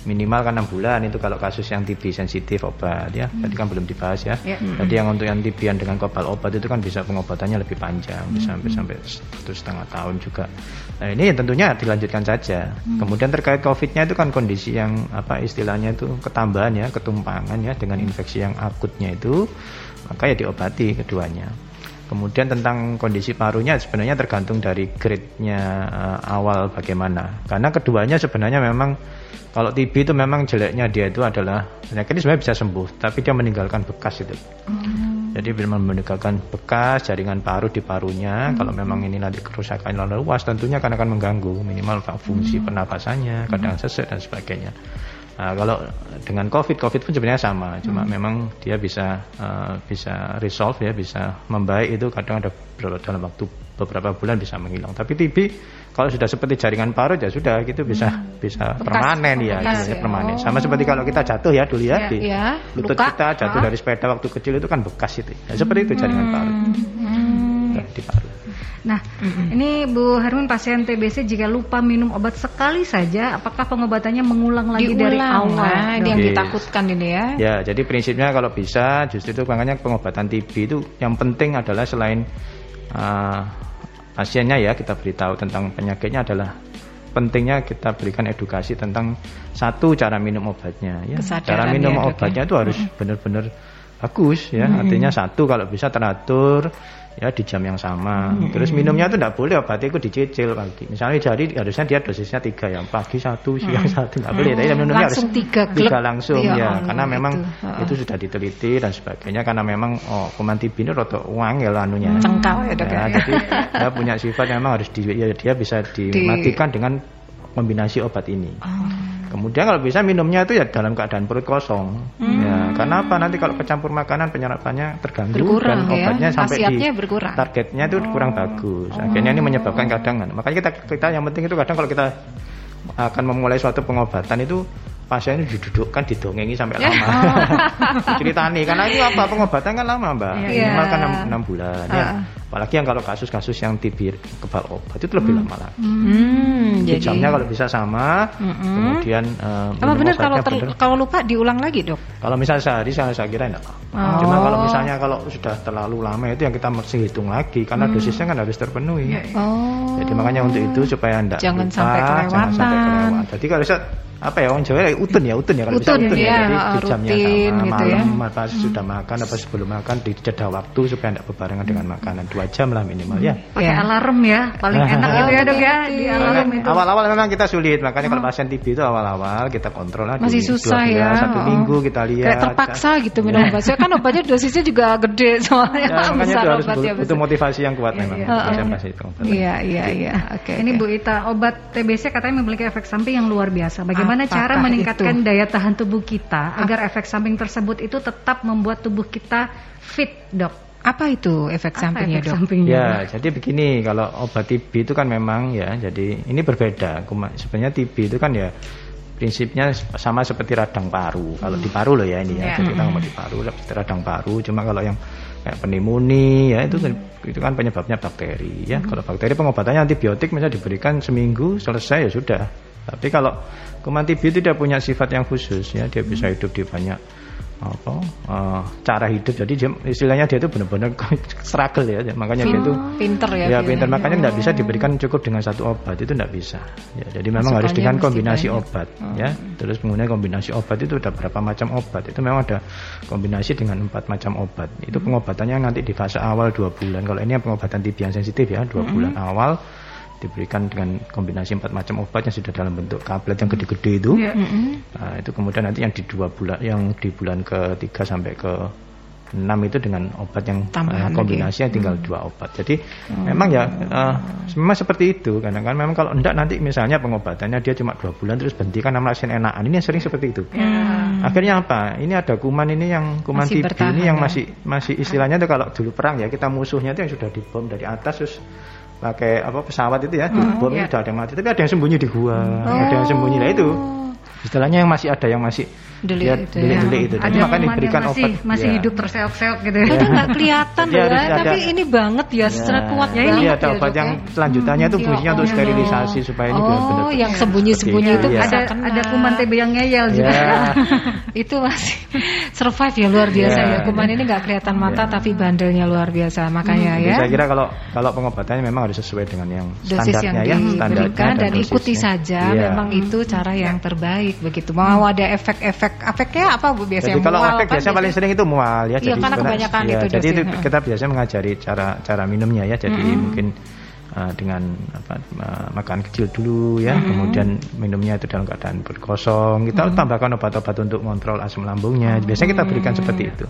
minimal kan 6 bulan itu kalau kasus yang TB sensitif obat ya. Tadi kan belum dibahas ya. Jadi yang untuk yang TB yang dengan kebal obat itu kan bisa pengobatannya lebih panjang, bisa sampai 1,5 tahun juga. Nah, ini tentunya dilanjutkan saja. Kemudian terkait COVID-nya itu kan kondisi yang istilahnya itu ketambahan ya, ketumpangan ya dengan infeksi yang akutnya itu, maka ya diobati keduanya. Kemudian tentang kondisi parunya sebenarnya tergantung dari grade-nya awal bagaimana. Karena keduanya sebenarnya memang kalau TB itu memang jeleknya dia itu adalah penyakit ini sebenarnya bisa sembuh, tapi dia meninggalkan bekas itu. Jadi memang meninggalkan bekas jaringan paru di parunya. Kalau memang ini nanti kerusakan lalu luas, tentunya akan mengganggu minimal fungsi pernapasannya, kadang sesek dan sebagainya. Nah, kalau dengan COVID pun sebenarnya sama, cuma memang dia bisa resolve ya, bisa membaik itu kadang ada dalam waktu beberapa bulan bisa menghilang. Tapi TB kalau sudah seperti jaringan parut ya sudah gitu bisa permanen ya, permanen. Sama seperti kalau kita jatuh ya dulu ya, di lutut kita jatuh dari sepeda waktu kecil itu kan bekas itu. Ya, seperti itu jaringan parut di paru. Nah, ini Bu Hermin, pasien TBC jika lupa minum obat sekali saja, apakah pengobatannya mengulang lagi dari awal? Nah, ini yang ditakutkan ini ya. Ya, jadi prinsipnya kalau bisa, justru itu makanya pengobatan TB itu yang penting adalah selain pasiennya ya kita beritahu tentang penyakitnya, adalah pentingnya kita berikan edukasi tentang satu cara minum obatnya. Ya. Cara minum obatnya itu harus benar-benar bagus ya. Artinya satu kalau bisa teratur ya di jam yang sama. Terus minumnya itu tidak boleh obatnya itu dicicil pagi. Misalnya jadi harusnya dia dosisnya 3 ya, pagi 1, siang 1, tidak boleh. Tapi minumnya langsung harus 3 langsung ya, karena memang itu sudah diteliti dan sebagainya. Karena memang kuman TB ini rotok wangel anunya. Cengkal ya dok ya. Jadi dia punya sifat yang memang harus dia bisa dimatikan dengan kombinasi obat ini. Kemudian kalau bisa minumnya itu ya dalam keadaan perut kosong. Ya, karena apa? Nanti kalau kecampur makanan penyerapannya terganggu dan obatnya sampai di targetnya itu kurang bagus. Akhirnya ini menyebabkan kadang. Makanya kita yang penting itu kadang kalau kita akan memulai suatu pengobatan itu pasien itu didudukkan, didongengi sampai lama. Diceritani karena itu apa? Pengobatan kan lama, Mbak. Minimal kan 6 bulan ya. Apalagi yang kalau kasus-kasus yang TB kebal obat itu lebih lama lagi. Jadi jamnya kalau bisa sama, kemudian apa benar kalau lupa diulang lagi, Dok? Kalau misalnya sehari saya kira enggak. Cuma kalau misalnya kalau sudah terlalu lama itu yang kita mesti hitung lagi karena dosisnya kan harus terpenuhi. Jadi makanya untuk itu supaya enggak jangan sampai kelewatan. Jadi kalau orang Jawa utun ya kalau bisa utun ya. Jadi di jamnya sama malam apa sudah makan apa sebelum makan di jeda waktu supaya tidak berbarengan dengan makanan 2 jam lah minimal ya. Pakai alarm ya, paling enak gitu ya Dok ya, di alarm itu. Awal-awal memang kita sulit, makanya kalau pasien TB itu awal-awal kita kontrol lah. Masih susah ya. 1 minggu kita lihat. Kayak terpaksa gitu minum obat. Saya kan obatnya dosisnya juga gede soalnya. Makanya itu harus butuh motivasi yang kuat memang. Iya. Oke. Ini Bu Ita, obat TBC katanya memiliki efek samping yang luar biasa. Bagaimana cara meningkatkan daya tahan tubuh kita agar efek samping tersebut itu tetap membuat tubuh kita fit, Dok? Apa itu efek sampingnya, Dok? Ya, jadi begini, kalau obat TB itu kan memang ya, jadi ini berbeda. Sebenarnya TB itu kan ya prinsipnya sama seperti radang paru. Kalau di paru loh ya ini ya, jadi kita ngomong di paru, seperti radang paru. Cuma kalau yang kayak pneumonia ya itu kan penyebabnya bakteri ya. Kalau bakteri pengobatannya antibiotik misalnya diberikan seminggu selesai ya sudah. Tapi kalau kuman TB itu dia punya sifat yang khusus ya, dia bisa hidup di banyak cara hidup. Jadi istilahnya dia itu benar-benar struggle ya, makanya dia itu pinter ya. Ya pinter, makanya tidak bisa diberikan cukup dengan satu obat, itu tidak bisa. Ya, jadi memang harus dengan kombinasi obat ya. Terus kemudian kombinasi obat itu ada berapa macam obat? Itu memang ada kombinasi dengan 4 macam obat. Itu pengobatannya nanti di fase awal 2 bulan. Kalau ini pengobatan TB yang sensitif ya, 2 bulan awal diberikan dengan kombinasi 4 macam obat yang sudah dalam bentuk tablet yang gede-gede itu. Nah, itu kemudian nanti yang di 2 bulan, yang di bulan ke-3 sampai ke-6 itu dengan obat yang kombinasi yang tinggal 2 obat. Jadi memang ya memang seperti itu. Kadang-kadang memang kalau enggak nanti misalnya pengobatannya dia cuma 2 bulan terus berhenti karena merasakan enakan. Ini yang sering seperti itu. Akhirnya apa? Ini ada kuman ini yang kuman TB ini yang masih istilahnya itu kalau dulu perang ya, kita musuhnya itu yang sudah dibom dari atas terus pakai pesawat itu ya, dibom itu sudah ada yang mati, tapi ada yang sembunyi di gua, ada yang sembunyi lah itu. istilahnya yang masih ada yang masih delik itu. Jadi maka diberikan obat masih hidup terseok-seok gitu ya. Itu nggak kelihatan loh ya, tapi ini banget ya, secara kuat ya, banget. Iya, ada obat yang selanjutannya itu fungsinya untuk sterilisasi supaya ini benar-benar. Oh, yang sembunyi-sembunyi itu ada kuman TB yang ngeyel juga. Itu masih survive ya, luar biasa ya. Kuman ini nggak kelihatan mata tapi bandelnya luar biasa, makanya ya. Saya kira kalau pengobatannya memang harus sesuai dengan yang dosis standarnya yang diberikan dan ikuti saja. Memang itu cara yang terbaik begitu. Mau ada efeknya apa Bu biasanya? Jadi kalau efek biasanya paling sering itu mual ya. Iya, karena kebanyakan itu. Jadi itu kita biasanya mengajari cara minumnya ya. Jadi mungkin dengan makan kecil dulu ya, kemudian minumnya itu dalam keadaan perut kosong. Kita tambahkan obat-obat untuk kontrol asam lambungnya. Biasanya kita berikan seperti itu.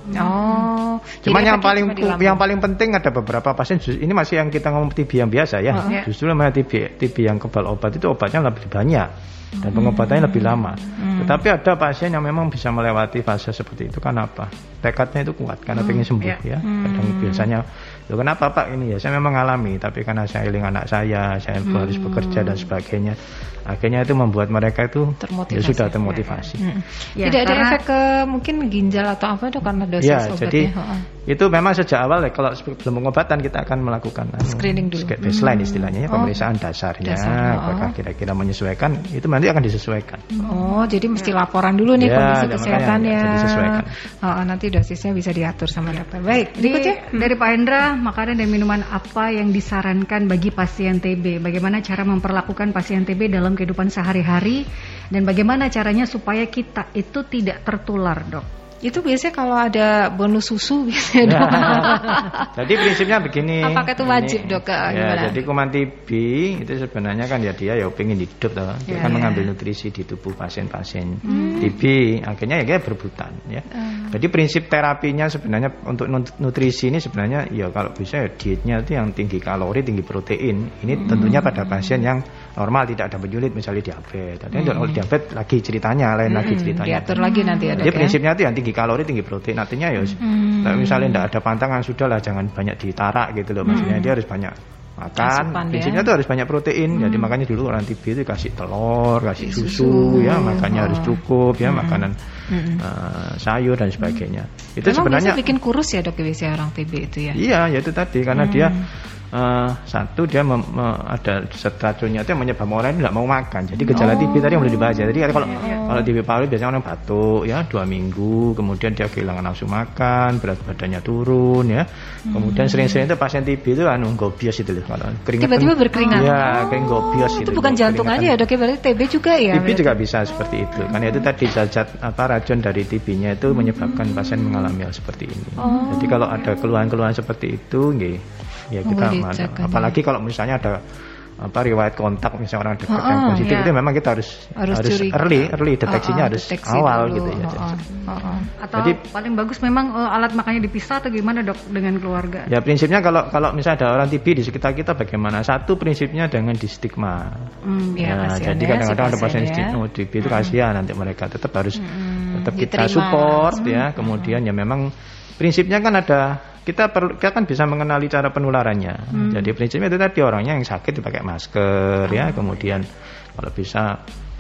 Cuma yang paling penting ada beberapa pasien ini masih yang kita ngomong TB yang biasa ya. Justru namanya TB yang kebal obat itu obatnya lebih banyak dan pengobatannya lebih lama. Tetapi ada pasien yang memang bisa melewati fase seperti itu. Kenapa? Tekadnya itu kuat karena pengen sembuh ya. Kadang biasanya, loh kenapa Pak ini ya? Saya memang mengalami, tapi karena saya iling anak saya harus bekerja dan sebagainya. Akhirnya itu membuat mereka itu sudah termotivasi. Tidak ada efek ke mungkin ginjal atau apa itu karena dosis obatnya. Jadi itu memang sejak awal ya, kalau sebelum pengobatan kita akan melakukan screening dulu, baseline istilahnya, pemeriksaan dasarnya, apakah kira-kira menyesuaikan, itu nanti akan disesuaikan. Jadi mesti laporan dulu nih kondisi kesehatannya. Disesuaikan. Nanti dosisnya bisa diatur sama dokter. Baik, berikutnya dari Pak Hendra, makanan dan minuman apa yang disarankan bagi pasien TB? Bagaimana cara memperlakukan pasien TB dalam kehidupan sehari-hari dan bagaimana caranya supaya kita itu tidak tertular, Dok? Itu biasanya kalau ada bonus susu biasanya dok. Jadi prinsipnya begini. Apakah itu wajib dok? Jadi kuman TB itu sebenarnya kan dia pengen hidup toh. Dia kan mengambil nutrisi di tubuh pasien-pasien TB. Akhirnya ya berebutan ya. Jadi prinsip terapinya sebenarnya untuk nutrisi ini sebenarnya ya kalau bisa ya dietnya itu yang tinggi kalori, tinggi protein. Ini tentunya pada pasien yang normal, tidak ada penyulit misalnya diabetes. Tadi kalau diabetes lagi ceritanya lain lagi ceritanya. Diatur lagi nanti ada. Jadi prinsipnya itu yang tinggi kalori, tinggi protein. Artinya ya misalnya tidak ada pantangan sudahlah, jangan banyak ditarak gitu loh. Maksudnya dia harus banyak makan. Prinsipnya itu harus banyak protein. Jadi makanya dulu orang TB itu kasih telur, kasih susu ya, makannya harus cukup ya, makanan sayur dan sebagainya. Itu memang sebenarnya bikin kurus ya dok biasanya orang TB itu ya. Iya, ya itu tadi karena dia satu dia ada zat racunnya itu yang menyebabkan orang ini tidak mau makan. Jadi gejala TB tadi yang boleh dibahas. Jadi kalau TB paru biasanya orang batuk ya 2 minggu, kemudian dia kehilangan nafsu makan, berat badannya turun ya. Kemudian sering-sering itu pasien TB itu gobios itu loh, kalau keringat tiba-tiba berkeringat. Ya, kering gobios itu bukan jantung aja ya dok, berarti TB juga ya. TB juga bisa seperti itu. Karena itu tadi zat racun dari TB-nya itu menyebabkan pasien mengalami hal seperti ini. Jadi kalau ada keluhan-keluhan seperti itu ya kita apalagi kalau misalnya ada riwayat kontak misalnya orang dekat yang positif itu memang kita harus early deteksinya harus awal dulu. Gitu ya. Atau jadi, paling bagus memang alat makannya dipisah atau gimana dok dengan keluarga? Ya prinsipnya kalau misalnya ada orang TB di sekitar kita bagaimana? Satu prinsipnya jangan di stigma. Jadi kadang-kadang ada pasien TB itu kasihan, nanti mereka tetap harus kita support ya. Kemudian ya memang prinsipnya kan ada kita kan bisa mengenali cara penularannya. Jadi prinsipnya itu tadi orangnya yang sakit dipakai masker ya, kemudian kalau bisa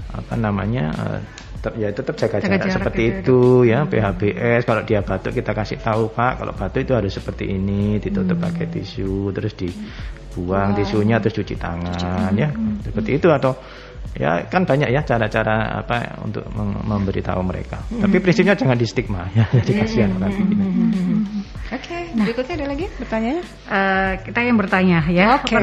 tetap jaga jarak seperti itu ya. PHBS kalau dia batuk kita kasih tahu Pak, kalau batuk itu harus seperti ini, ditutup pakai tisu, terus dibuang tisunya, terus cuci tangan ya. Seperti itu atau ya kan banyak ya cara-cara untuk memberitahu mereka. Tapi prinsipnya jangan di stigma ya. Jadi kasihan orang begini. Oke, berikutnya ada lagi pertanyaannya? Kita yang bertanya ya. Oke.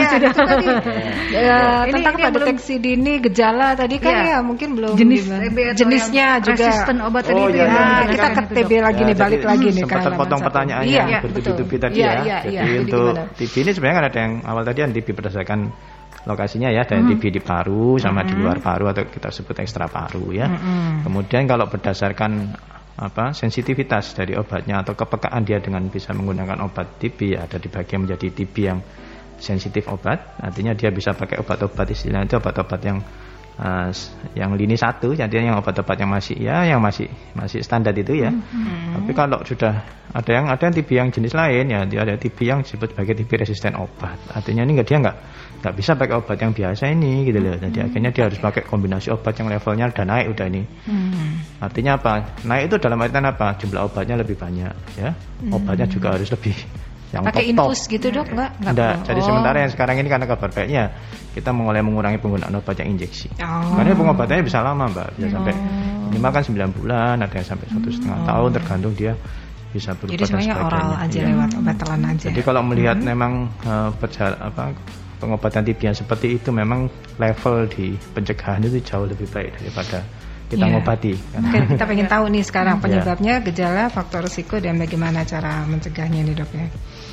Tentang deteksi dini gejala tadi kan ya mungkin belum jenisnya juga resisten obat tadi itu ya. Kita ke TB lagi nih, balik lagi nih kan. Sempat terpotong pertanyaannya bertubi-tubi tadi ya. Jadi untuk TB ini sebenarnya kan ada yang awal tadi yang TB berdasarkan lokasinya ya, ada TB di paru sama di luar paru atau kita sebut ekstra paru ya. Kemudian kalau berdasarkan sensitivitas dari obatnya atau kepekaan dia dengan bisa menggunakan obat TB, ada dibagi menjadi TB yang sensitif obat, artinya dia bisa pakai obat-obat istilahnya itu obat-obat yang yang lini 1, jadi yang obat-obat yang masih standar itu ya. Tapi kalau sudah ada yang TB yang jenis lain ya, dia ada TB yang disebut sebagai TB resisten obat. Artinya ini dia nggak bisa pakai obat yang biasa ini gitu loh. Jadi akhirnya dia harus pakai kombinasi obat yang levelnya udah naik udah ini. Artinya apa? Naik itu dalam artian apa? Jumlah obatnya lebih banyak ya. Obatnya juga harus lebih yang pakai infus gitu dok? Enggak. Jadi sementara yang sekarang ini karena kabar baiknya kita mulai mengurangi penggunaan obat yang injeksi. Karena pengobatannya bisa lama Mbak, bisa sampai minimal kan 9 bulan, ada yang sampai 1,5 tahun tergantung dia bisa berubah. Jadi semuanya oral aja lewat obat telan aja. Jadi kalau melihat memang pengobatan TB yang seperti itu memang level di pencegahan itu jauh lebih baik daripada kita ngobati. Oke, kita pengen tahu nih sekarang penyebabnya, gejala, faktor risiko dan bagaimana cara mencegahnya nih dok ya.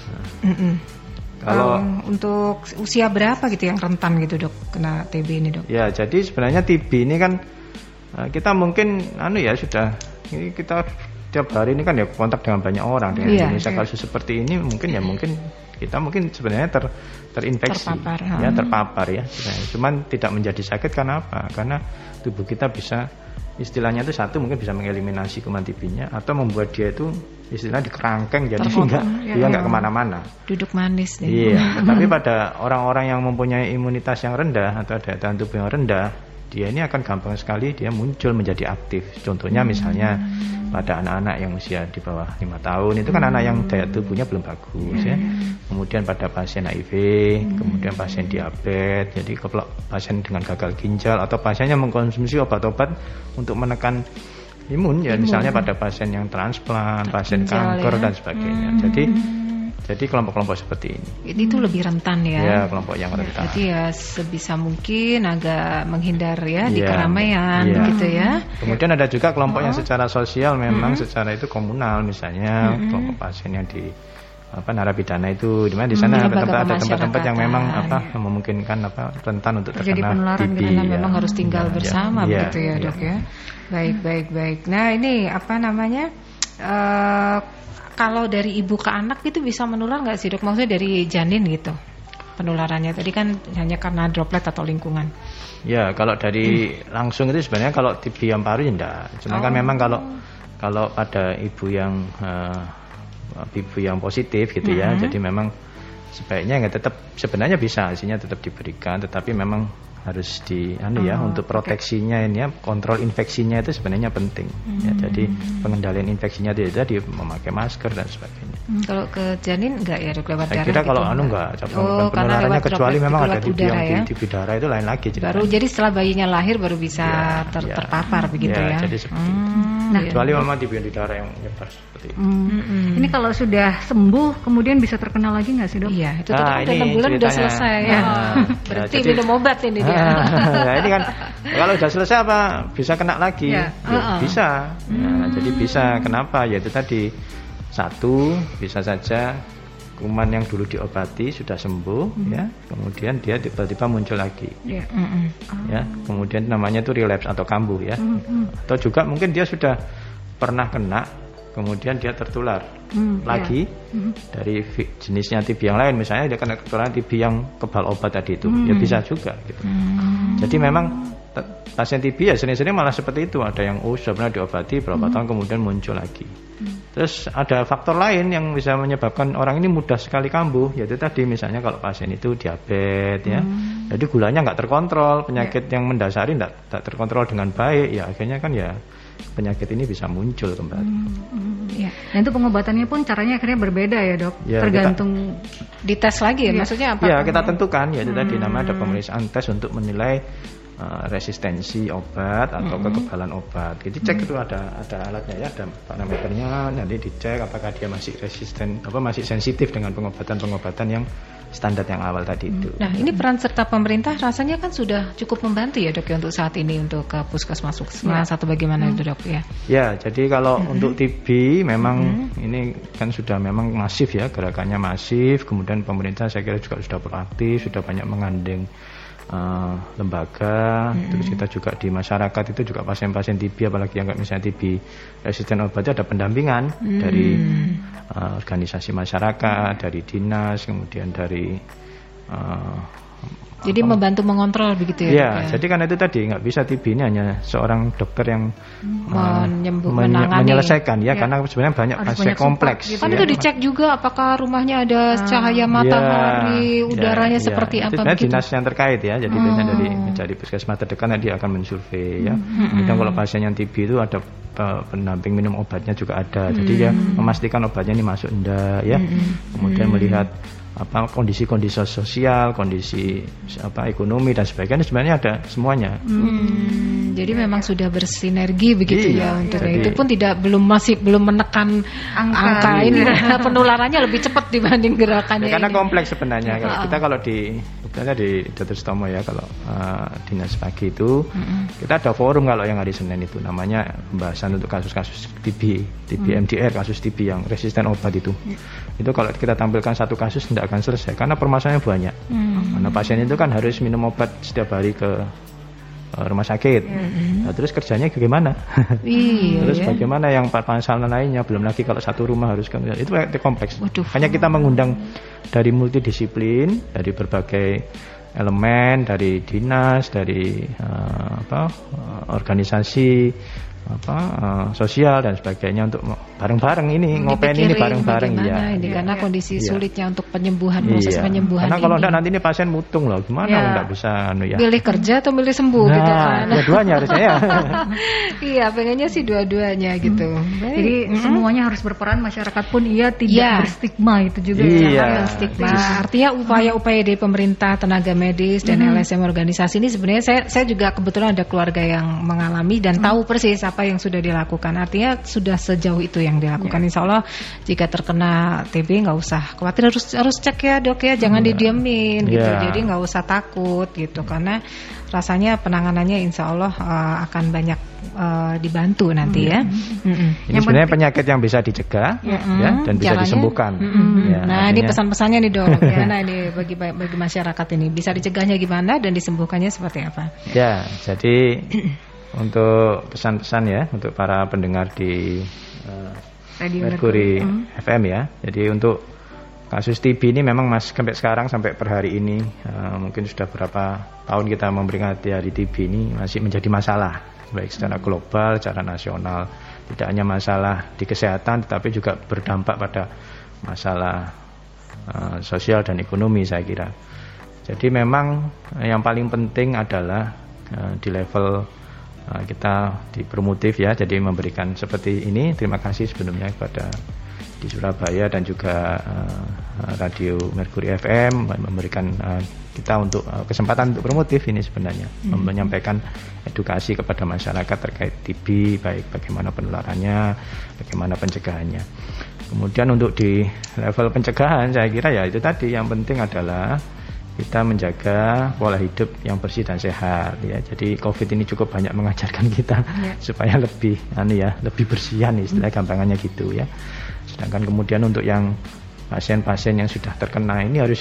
Kalau untuk usia berapa gitu yang rentan gitu dok kena TB ini dok? Ya jadi sebenarnya TB ini kan kita mungkin sudah ini kita tiap hari ini kan ya kontak dengan banyak orang dengan Indonesia kasus seperti ini mungkin kita sebenarnya terinfeksi terpapar ya. Cuman tidak menjadi sakit karena apa? Karena tubuh kita bisa istilahnya itu satu mungkin bisa mengeliminasi kuman TB-nya atau membuat dia itu istilahnya dikerangkeng jadi dia nggak kemana-mana. Duduk manis deh. Iya. Tapi pada orang-orang yang mempunyai imunitas yang rendah atau daya tahan tubuh yang rendah, dia ini akan gampang sekali dia muncul menjadi aktif. Contohnya misalnya pada anak-anak yang usia di bawah 5 tahun itu kan anak yang daya tubuhnya belum bagus ya. Kemudian pada pasien HIV, kemudian pasien diabetes. Jadi kalau pasien dengan gagal ginjal atau pasiennya mengkonsumsi obat-obat untuk menekan imun ya, misalnya pada pasien yang transplant, pasien kanker dan sebagainya. Jadi kelompok-kelompok seperti ini. Itu lebih rentan ya. Ya, kelompok yang rentan. Jadi ya sebisa mungkin agak menghindar ya di keramaian gitu ya. Kemudian ada juga kelompok yang secara sosial memang secara itu komunal, misalnya kelompok pasien yang di narapidana itu, di mana di sana ada tempat-tempat yang memang memungkinkan rentan untuk terkena TB. Karena memang harus tinggal bersama begitu ya dok ya. Baik. Nah ini kalau dari ibu ke anak itu bisa menular nggak sih dok? Maksudnya dari janin gitu penularannya. Tadi kan hanya karena droplet atau lingkungan. Ya kalau dari langsung itu sebenarnya kalau TB yang paru ya enggak. Cuma kan memang kalau pada ibu yang positif gitu ya. Jadi memang sebaiknya nggak tetap sebenarnya bisa hasilnya tetap diberikan, tetapi memang harus untuk proteksinya ini ya, kontrol infeksinya itu sebenarnya penting ya. Jadi pengendalian infeksinya itu tadi memakai masker dan sebagainya. Kalau ke janin enggak ya dok, lewat darah? Kira kalau enggak penularannya kecuali memang ada TB yang di darah itu lain lagi. Jadi setelah bayinya lahir baru bisa terpapar begitu ya. Jadi seperti itu. Kecuali memang TB yang di darah yang nyebar seperti itu. Ini kalau sudah sembuh kemudian bisa terkena lagi nggak sih dok? Iya, itu udah 6 bulan udah selesai ya. Berarti minum obat ini dia. Nah ini kan kalau sudah selesai bisa kena lagi? Bisa. Jadi bisa. Kenapa? Yaitu tadi satu bisa saja kuman yang dulu diobati sudah sembuh ya, kemudian dia tiba-tiba muncul lagi. Ya, kemudian namanya itu relapse atau kambuh ya. Atau juga mungkin dia sudah pernah kena, kemudian dia tertular lagi dari jenisnya TB yang lain, misalnya dia kena ketularan TB yang kebal obat tadi itu, ya bisa juga gitu. Jadi memang pasien TB ya sering-sering malah seperti itu, ada yang sudah pernah diobati berapa tahun kemudian muncul lagi. Terus ada faktor lain yang bisa menyebabkan orang ini mudah sekali kambuh, yaitu tadi misalnya kalau pasien itu diabetes ya, jadi gulanya nggak terkontrol, penyakit yang mendasari nggak terkontrol dengan baik, ya akhirnya kan ya penyakit ini bisa muncul kembali. Dan itu pengobatannya pun caranya akhirnya berbeda ya dok, tergantung dites lagi ya, maksudnya apa? Ya kita tentukan ya itu tadi namanya ada pemeriksaan tes untuk menilai resistensi obat atau kekebalan obat. Jadi cek itu ada alatnya ya, ada parameternya, nanti dicek apakah dia masih resisten, masih sensitif dengan pengobatan yang standar yang awal tadi itu. Nah ini peran serta pemerintah rasanya kan sudah cukup membantu ya dok ya untuk saat ini untuk ke puskesmas atau bagaimana itu dok ya? Ya jadi kalau untuk TB memang ini kan sudah memang masif ya, gerakannya masif, kemudian pemerintah saya kira juga sudah proaktif, sudah banyak mengandeng lembaga, terus kita juga di masyarakat itu juga pasien-pasien TB apalagi yang misalnya TB resisten obat itu ada pendampingan dari organisasi masyarakat, dari dinas, kemudian dari Jadi membantu mengontrol begitu ya? Iya, jadi kan itu tadi nggak bisa TB ini hanya seorang dokter yang menyelesaikan ya, karena sebenarnya banyak pasien kompleks. Gitu. Kan itu dicek juga apakah rumahnya ada cahaya matahari, udaranya seperti apa begitu. Dinas yang terkait ya, jadi dari puskesmas terdekat dia akan mensurvei ya. Kemudian kalau pasien yang TB itu ada pendamping minum obatnya juga ada, jadi dia memastikan obatnya ini masuk enggak ya. Kemudian melihat kondisi sosial, kondisi ekonomi dan sebagainya, sebenarnya ada semuanya. Jadi memang sudah bersinergi begitu ya untuk itu pun masih belum menekan angka ini penularannya lebih cepat dibanding gerakannya. Karena kompleks sebenarnya. Kalau di Dr. Sutomo ya, kalau dinas pagi itu kita ada forum kalau yang hari Senin itu namanya pembahasan untuk kasus-kasus TB MDR, kasus TB yang resisten obat itu. Itu kalau kita tampilkan satu kasus tidak akan selesai karena permasalahannya banyak. Karena pasien itu kan harus minum obat setiap hari ke rumah sakit. Nah, terus kerjanya bagaimana? Terus bagaimana yang masalah lainnya? Belum lagi kalau satu rumah harus itu kompleks. Hanya kita mengundang dari multidisiplin, dari berbagai elemen, dari dinas, dari organisasi sosial dan sebagainya untuk bareng-bareng ini ngopen ini bareng-bareng ya. Karena kondisi sulitnya untuk penyembuhan, proses penyembuhan. Karena kalau enggak nanti ini pasien mutung loh, gimana enggak bisa ya. Pilih kerja atau pilih sembuh gitu kan. Dua-duanya harusnya ya. Iya, pengennya sih dua-duanya gitu. Jadi semuanya harus berperan, masyarakat pun tidak berstigma itu juga jangan stigma. Artinya upaya-upaya dari pemerintah, tenaga medis dan LSM organisasi ini sebenarnya saya juga kebetulan ada keluarga yang mengalami dan tahu persis apa yang sudah dilakukan. Artinya sudah sejauh itu yang dilakukan. Insya Allah jika terkena TB nggak usah khawatir, harus cek ya dok ya, jangan didiemin gitu. Jadi nggak usah takut gitu, karena rasanya penanganannya insya Allah akan banyak dibantu nanti ya. Ini sebenarnya penyakit yang bisa dicegah ya, dan bisa disembuhkan. Nah ini pesan-pesannya nih dok, gimana ini bagi masyarakat ini bisa dicegahnya gimana dan disembuhkannya seperti apa? Ya, jadi untuk pesan-pesan ya untuk para pendengar di Mercury FM ya. Jadi untuk kasus TB ini memang sampai sekarang, sampai per hari ini mungkin sudah berapa tahun kita memperingati hari TB ini masih menjadi masalah baik secara global, secara nasional. Tidak hanya masalah di kesehatan tetapi juga berdampak pada masalah sosial dan ekonomi saya kira. Jadi memang yang paling penting adalah di level kita di promotif ya, jadi memberikan seperti ini. Terima kasih sebelumnya kepada di Surabaya dan juga Radio Mercury FM memberikan kita untuk kesempatan untuk promotif ini sebenarnya, menyampaikan edukasi kepada masyarakat terkait TB, baik bagaimana penularannya, bagaimana pencegahannya. Kemudian untuk di level pencegahan saya kira ya itu tadi yang penting adalah kita menjaga pola hidup yang bersih dan sehat ya. Jadi COVID ini cukup banyak mengajarkan kita supaya lebih lebih bersihan istilah gampangannya gitu ya. Sedangkan kemudian untuk yang pasien-pasien yang sudah terkena ini harus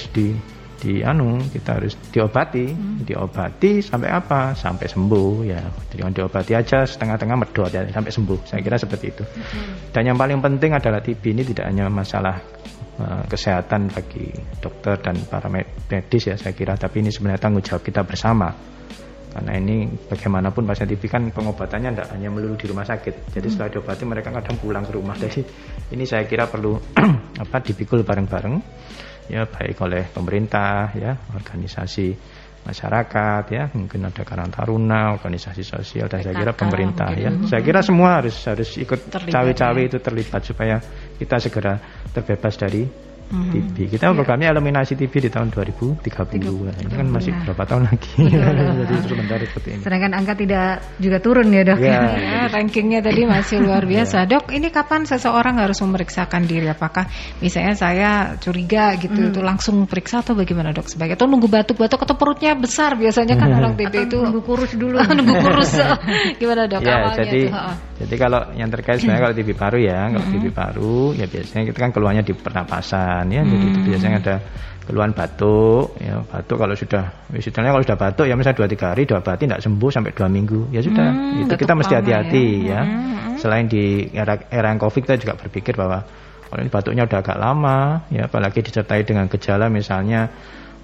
kita harus diobati sampai apa? Sampai sembuh ya. Jangan diobati aja setengah-tengah medot ya sampai sembuh. Saya kira seperti itu. Dan yang paling penting adalah TB ini tidak hanya masalah kesehatan bagi dokter dan para medis ya saya kira, tapi ini sebenarnya tanggung jawab kita bersama. Karena ini bagaimanapun pasien TB kan pengobatannya tidak hanya melulu di rumah sakit. Jadi setelah diobati mereka kadang pulang ke rumah. Jadi ini saya kira perlu dipikul bareng-bareng ya, baik oleh pemerintah ya, organisasi masyarakat ya, mungkin ada Karang Taruna, organisasi sosial dan saya kira pemerintah ya. Saya kira semua harus ikut cawe-cawe itu terlibat supaya kita segera terbebas dari TB. Kita programnya eliminasi TB di tahun 2030. Ini kan masih berapa tahun lagi. Jadi sebentar seperti ini. Sedangkan angka tidak juga turun ya dok. Rankingnya tadi masih luar biasa. Dok, ini kapan seseorang harus memeriksakan diri? Apakah misalnya saya curiga gitu, itu langsung periksa atau bagaimana dok? Sebagai atau nunggu batuk-batuk atau perutnya besar biasanya kan orang TB itu nunggu kurus dulu. Nunggu kurus. Gimana dok? Ya, jadi kalau yang terkait sebenarnya kalau TB paru ya, kalau TB paru ya biasanya kita kan keluarnya di pernapasan ya, jadi itu biasanya ada keluhan batuk ya, batuk kalau sudah batuk ya misalnya 2-3 hari diobati tidak sembuh sampai 2 minggu ya sudah, itu kita mesti hati-hati ya. Selain di era yang COVID kita juga berpikir bahwa kalau ini batuknya udah agak lama ya, apalagi disertai dengan gejala misalnya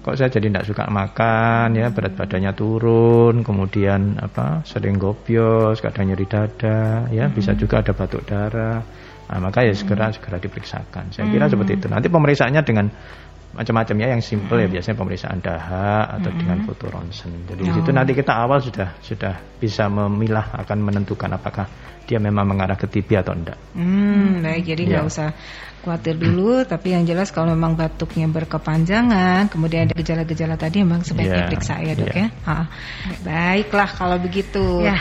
kok saya jadi tidak suka makan ya, berat badannya turun, kemudian sering gobyos, kadang nyeri dada ya, bisa juga ada batuk darah. Nah, maka ya segera diperiksakan. Saya kira seperti itu. Nanti pemeriksaannya dengan macam-macam ya, yang simple ya biasanya pemeriksaan dahak atau dengan foto ronsen. Jadi di situ nanti kita awal sudah bisa memilah, akan menentukan apakah dia memang mengarah ke TB atau enggak. Baik, jadi nggak usah khawatir dulu, tapi yang jelas kalau memang batuknya berkepanjangan, kemudian ada gejala-gejala tadi, memang sebaiknya periksa ya dok ya. Baiklah kalau begitu. Ya,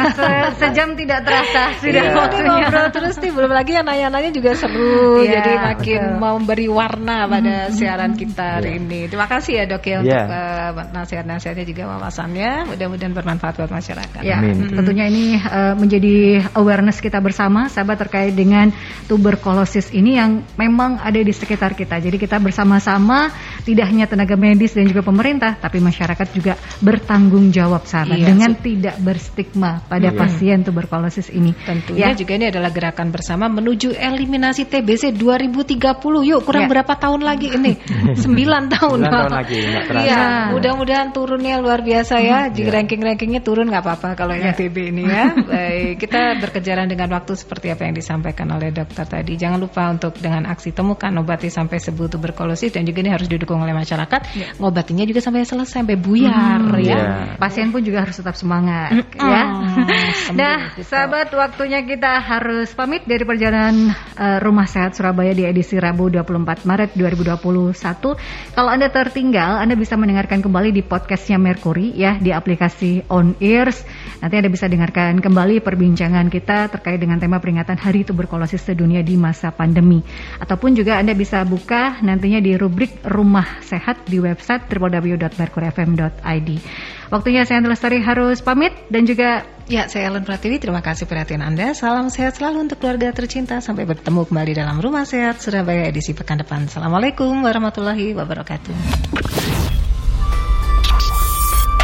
sejam tidak terasa sudah waktunya. Ngobrol terus nih, belum lagi yang nanya-nanya juga seru, jadi makin memberi warna pada siaran kita hari ini. Terima kasih ya dok ya untuk nasihat-nasihatnya juga wawasannya, mudah-mudahan bermanfaat buat masyarakat. Ya, tentunya ini menjadi awareness kita bersama, sahabat, terkait dengan tuberkulosis ini yang memang ada di sekitar kita. Jadi kita bersama-sama, tidak hanya tenaga medis dan juga pemerintah, tapi masyarakat juga bertanggung jawab, sahabat, dengan tidak berstigma pada pasien tuberkulosis ini. Tentunya juga ini adalah gerakan bersama menuju eliminasi TBC 2030. Yuk, kurang berapa tahun lagi ini? 9 tahun. 9 tahun lagi, nggak terasa. Iya, mudah-mudahan turunnya luar biasa ya. Di ranking-rankingnya turun nggak apa-apa kalau yang TB ini ya. Baik, kita berkejaran dengan waktu seperti apa yang disampaikan oleh dokter tadi. Jangan lupa untuk dengan aksi temukan, obati sampai sembuh tuberkulosis, dan juga ini harus didukung oleh masyarakat. Ngobatinya juga sampai selesai, sampai buyar ya. Pasien pun juga harus tetap semangat ya. Nah, sahabat, waktunya kita harus pamit dari perjalanan Rumah Sehat Surabaya di edisi Rabu 24 Maret 2021. Kalau Anda tertinggal, Anda bisa mendengarkan kembali di podcastnya Mercury ya, di aplikasi On Ears. Nanti Anda bisa dengarkan kembali perbincangan kita terkait dengan tema peringatan Hari Tuberkulosis Sedunia di masa pandemi. Ataupun juga Anda bisa buka nantinya di rubrik Rumah Sehat di website www.mercuryfm.id. Waktunya saya Andi Lestari harus pamit, dan juga saya Ellen Pratiwi. Terima kasih perhatian Anda. Salam sehat selalu untuk keluarga tercinta. Sampai bertemu kembali dalam Rumah Sehat Surabaya edisi pekan depan. Assalamualaikum warahmatullahi wabarakatuh.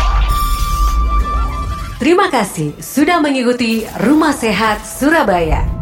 Terima kasih sudah mengikuti Rumah Sehat Surabaya.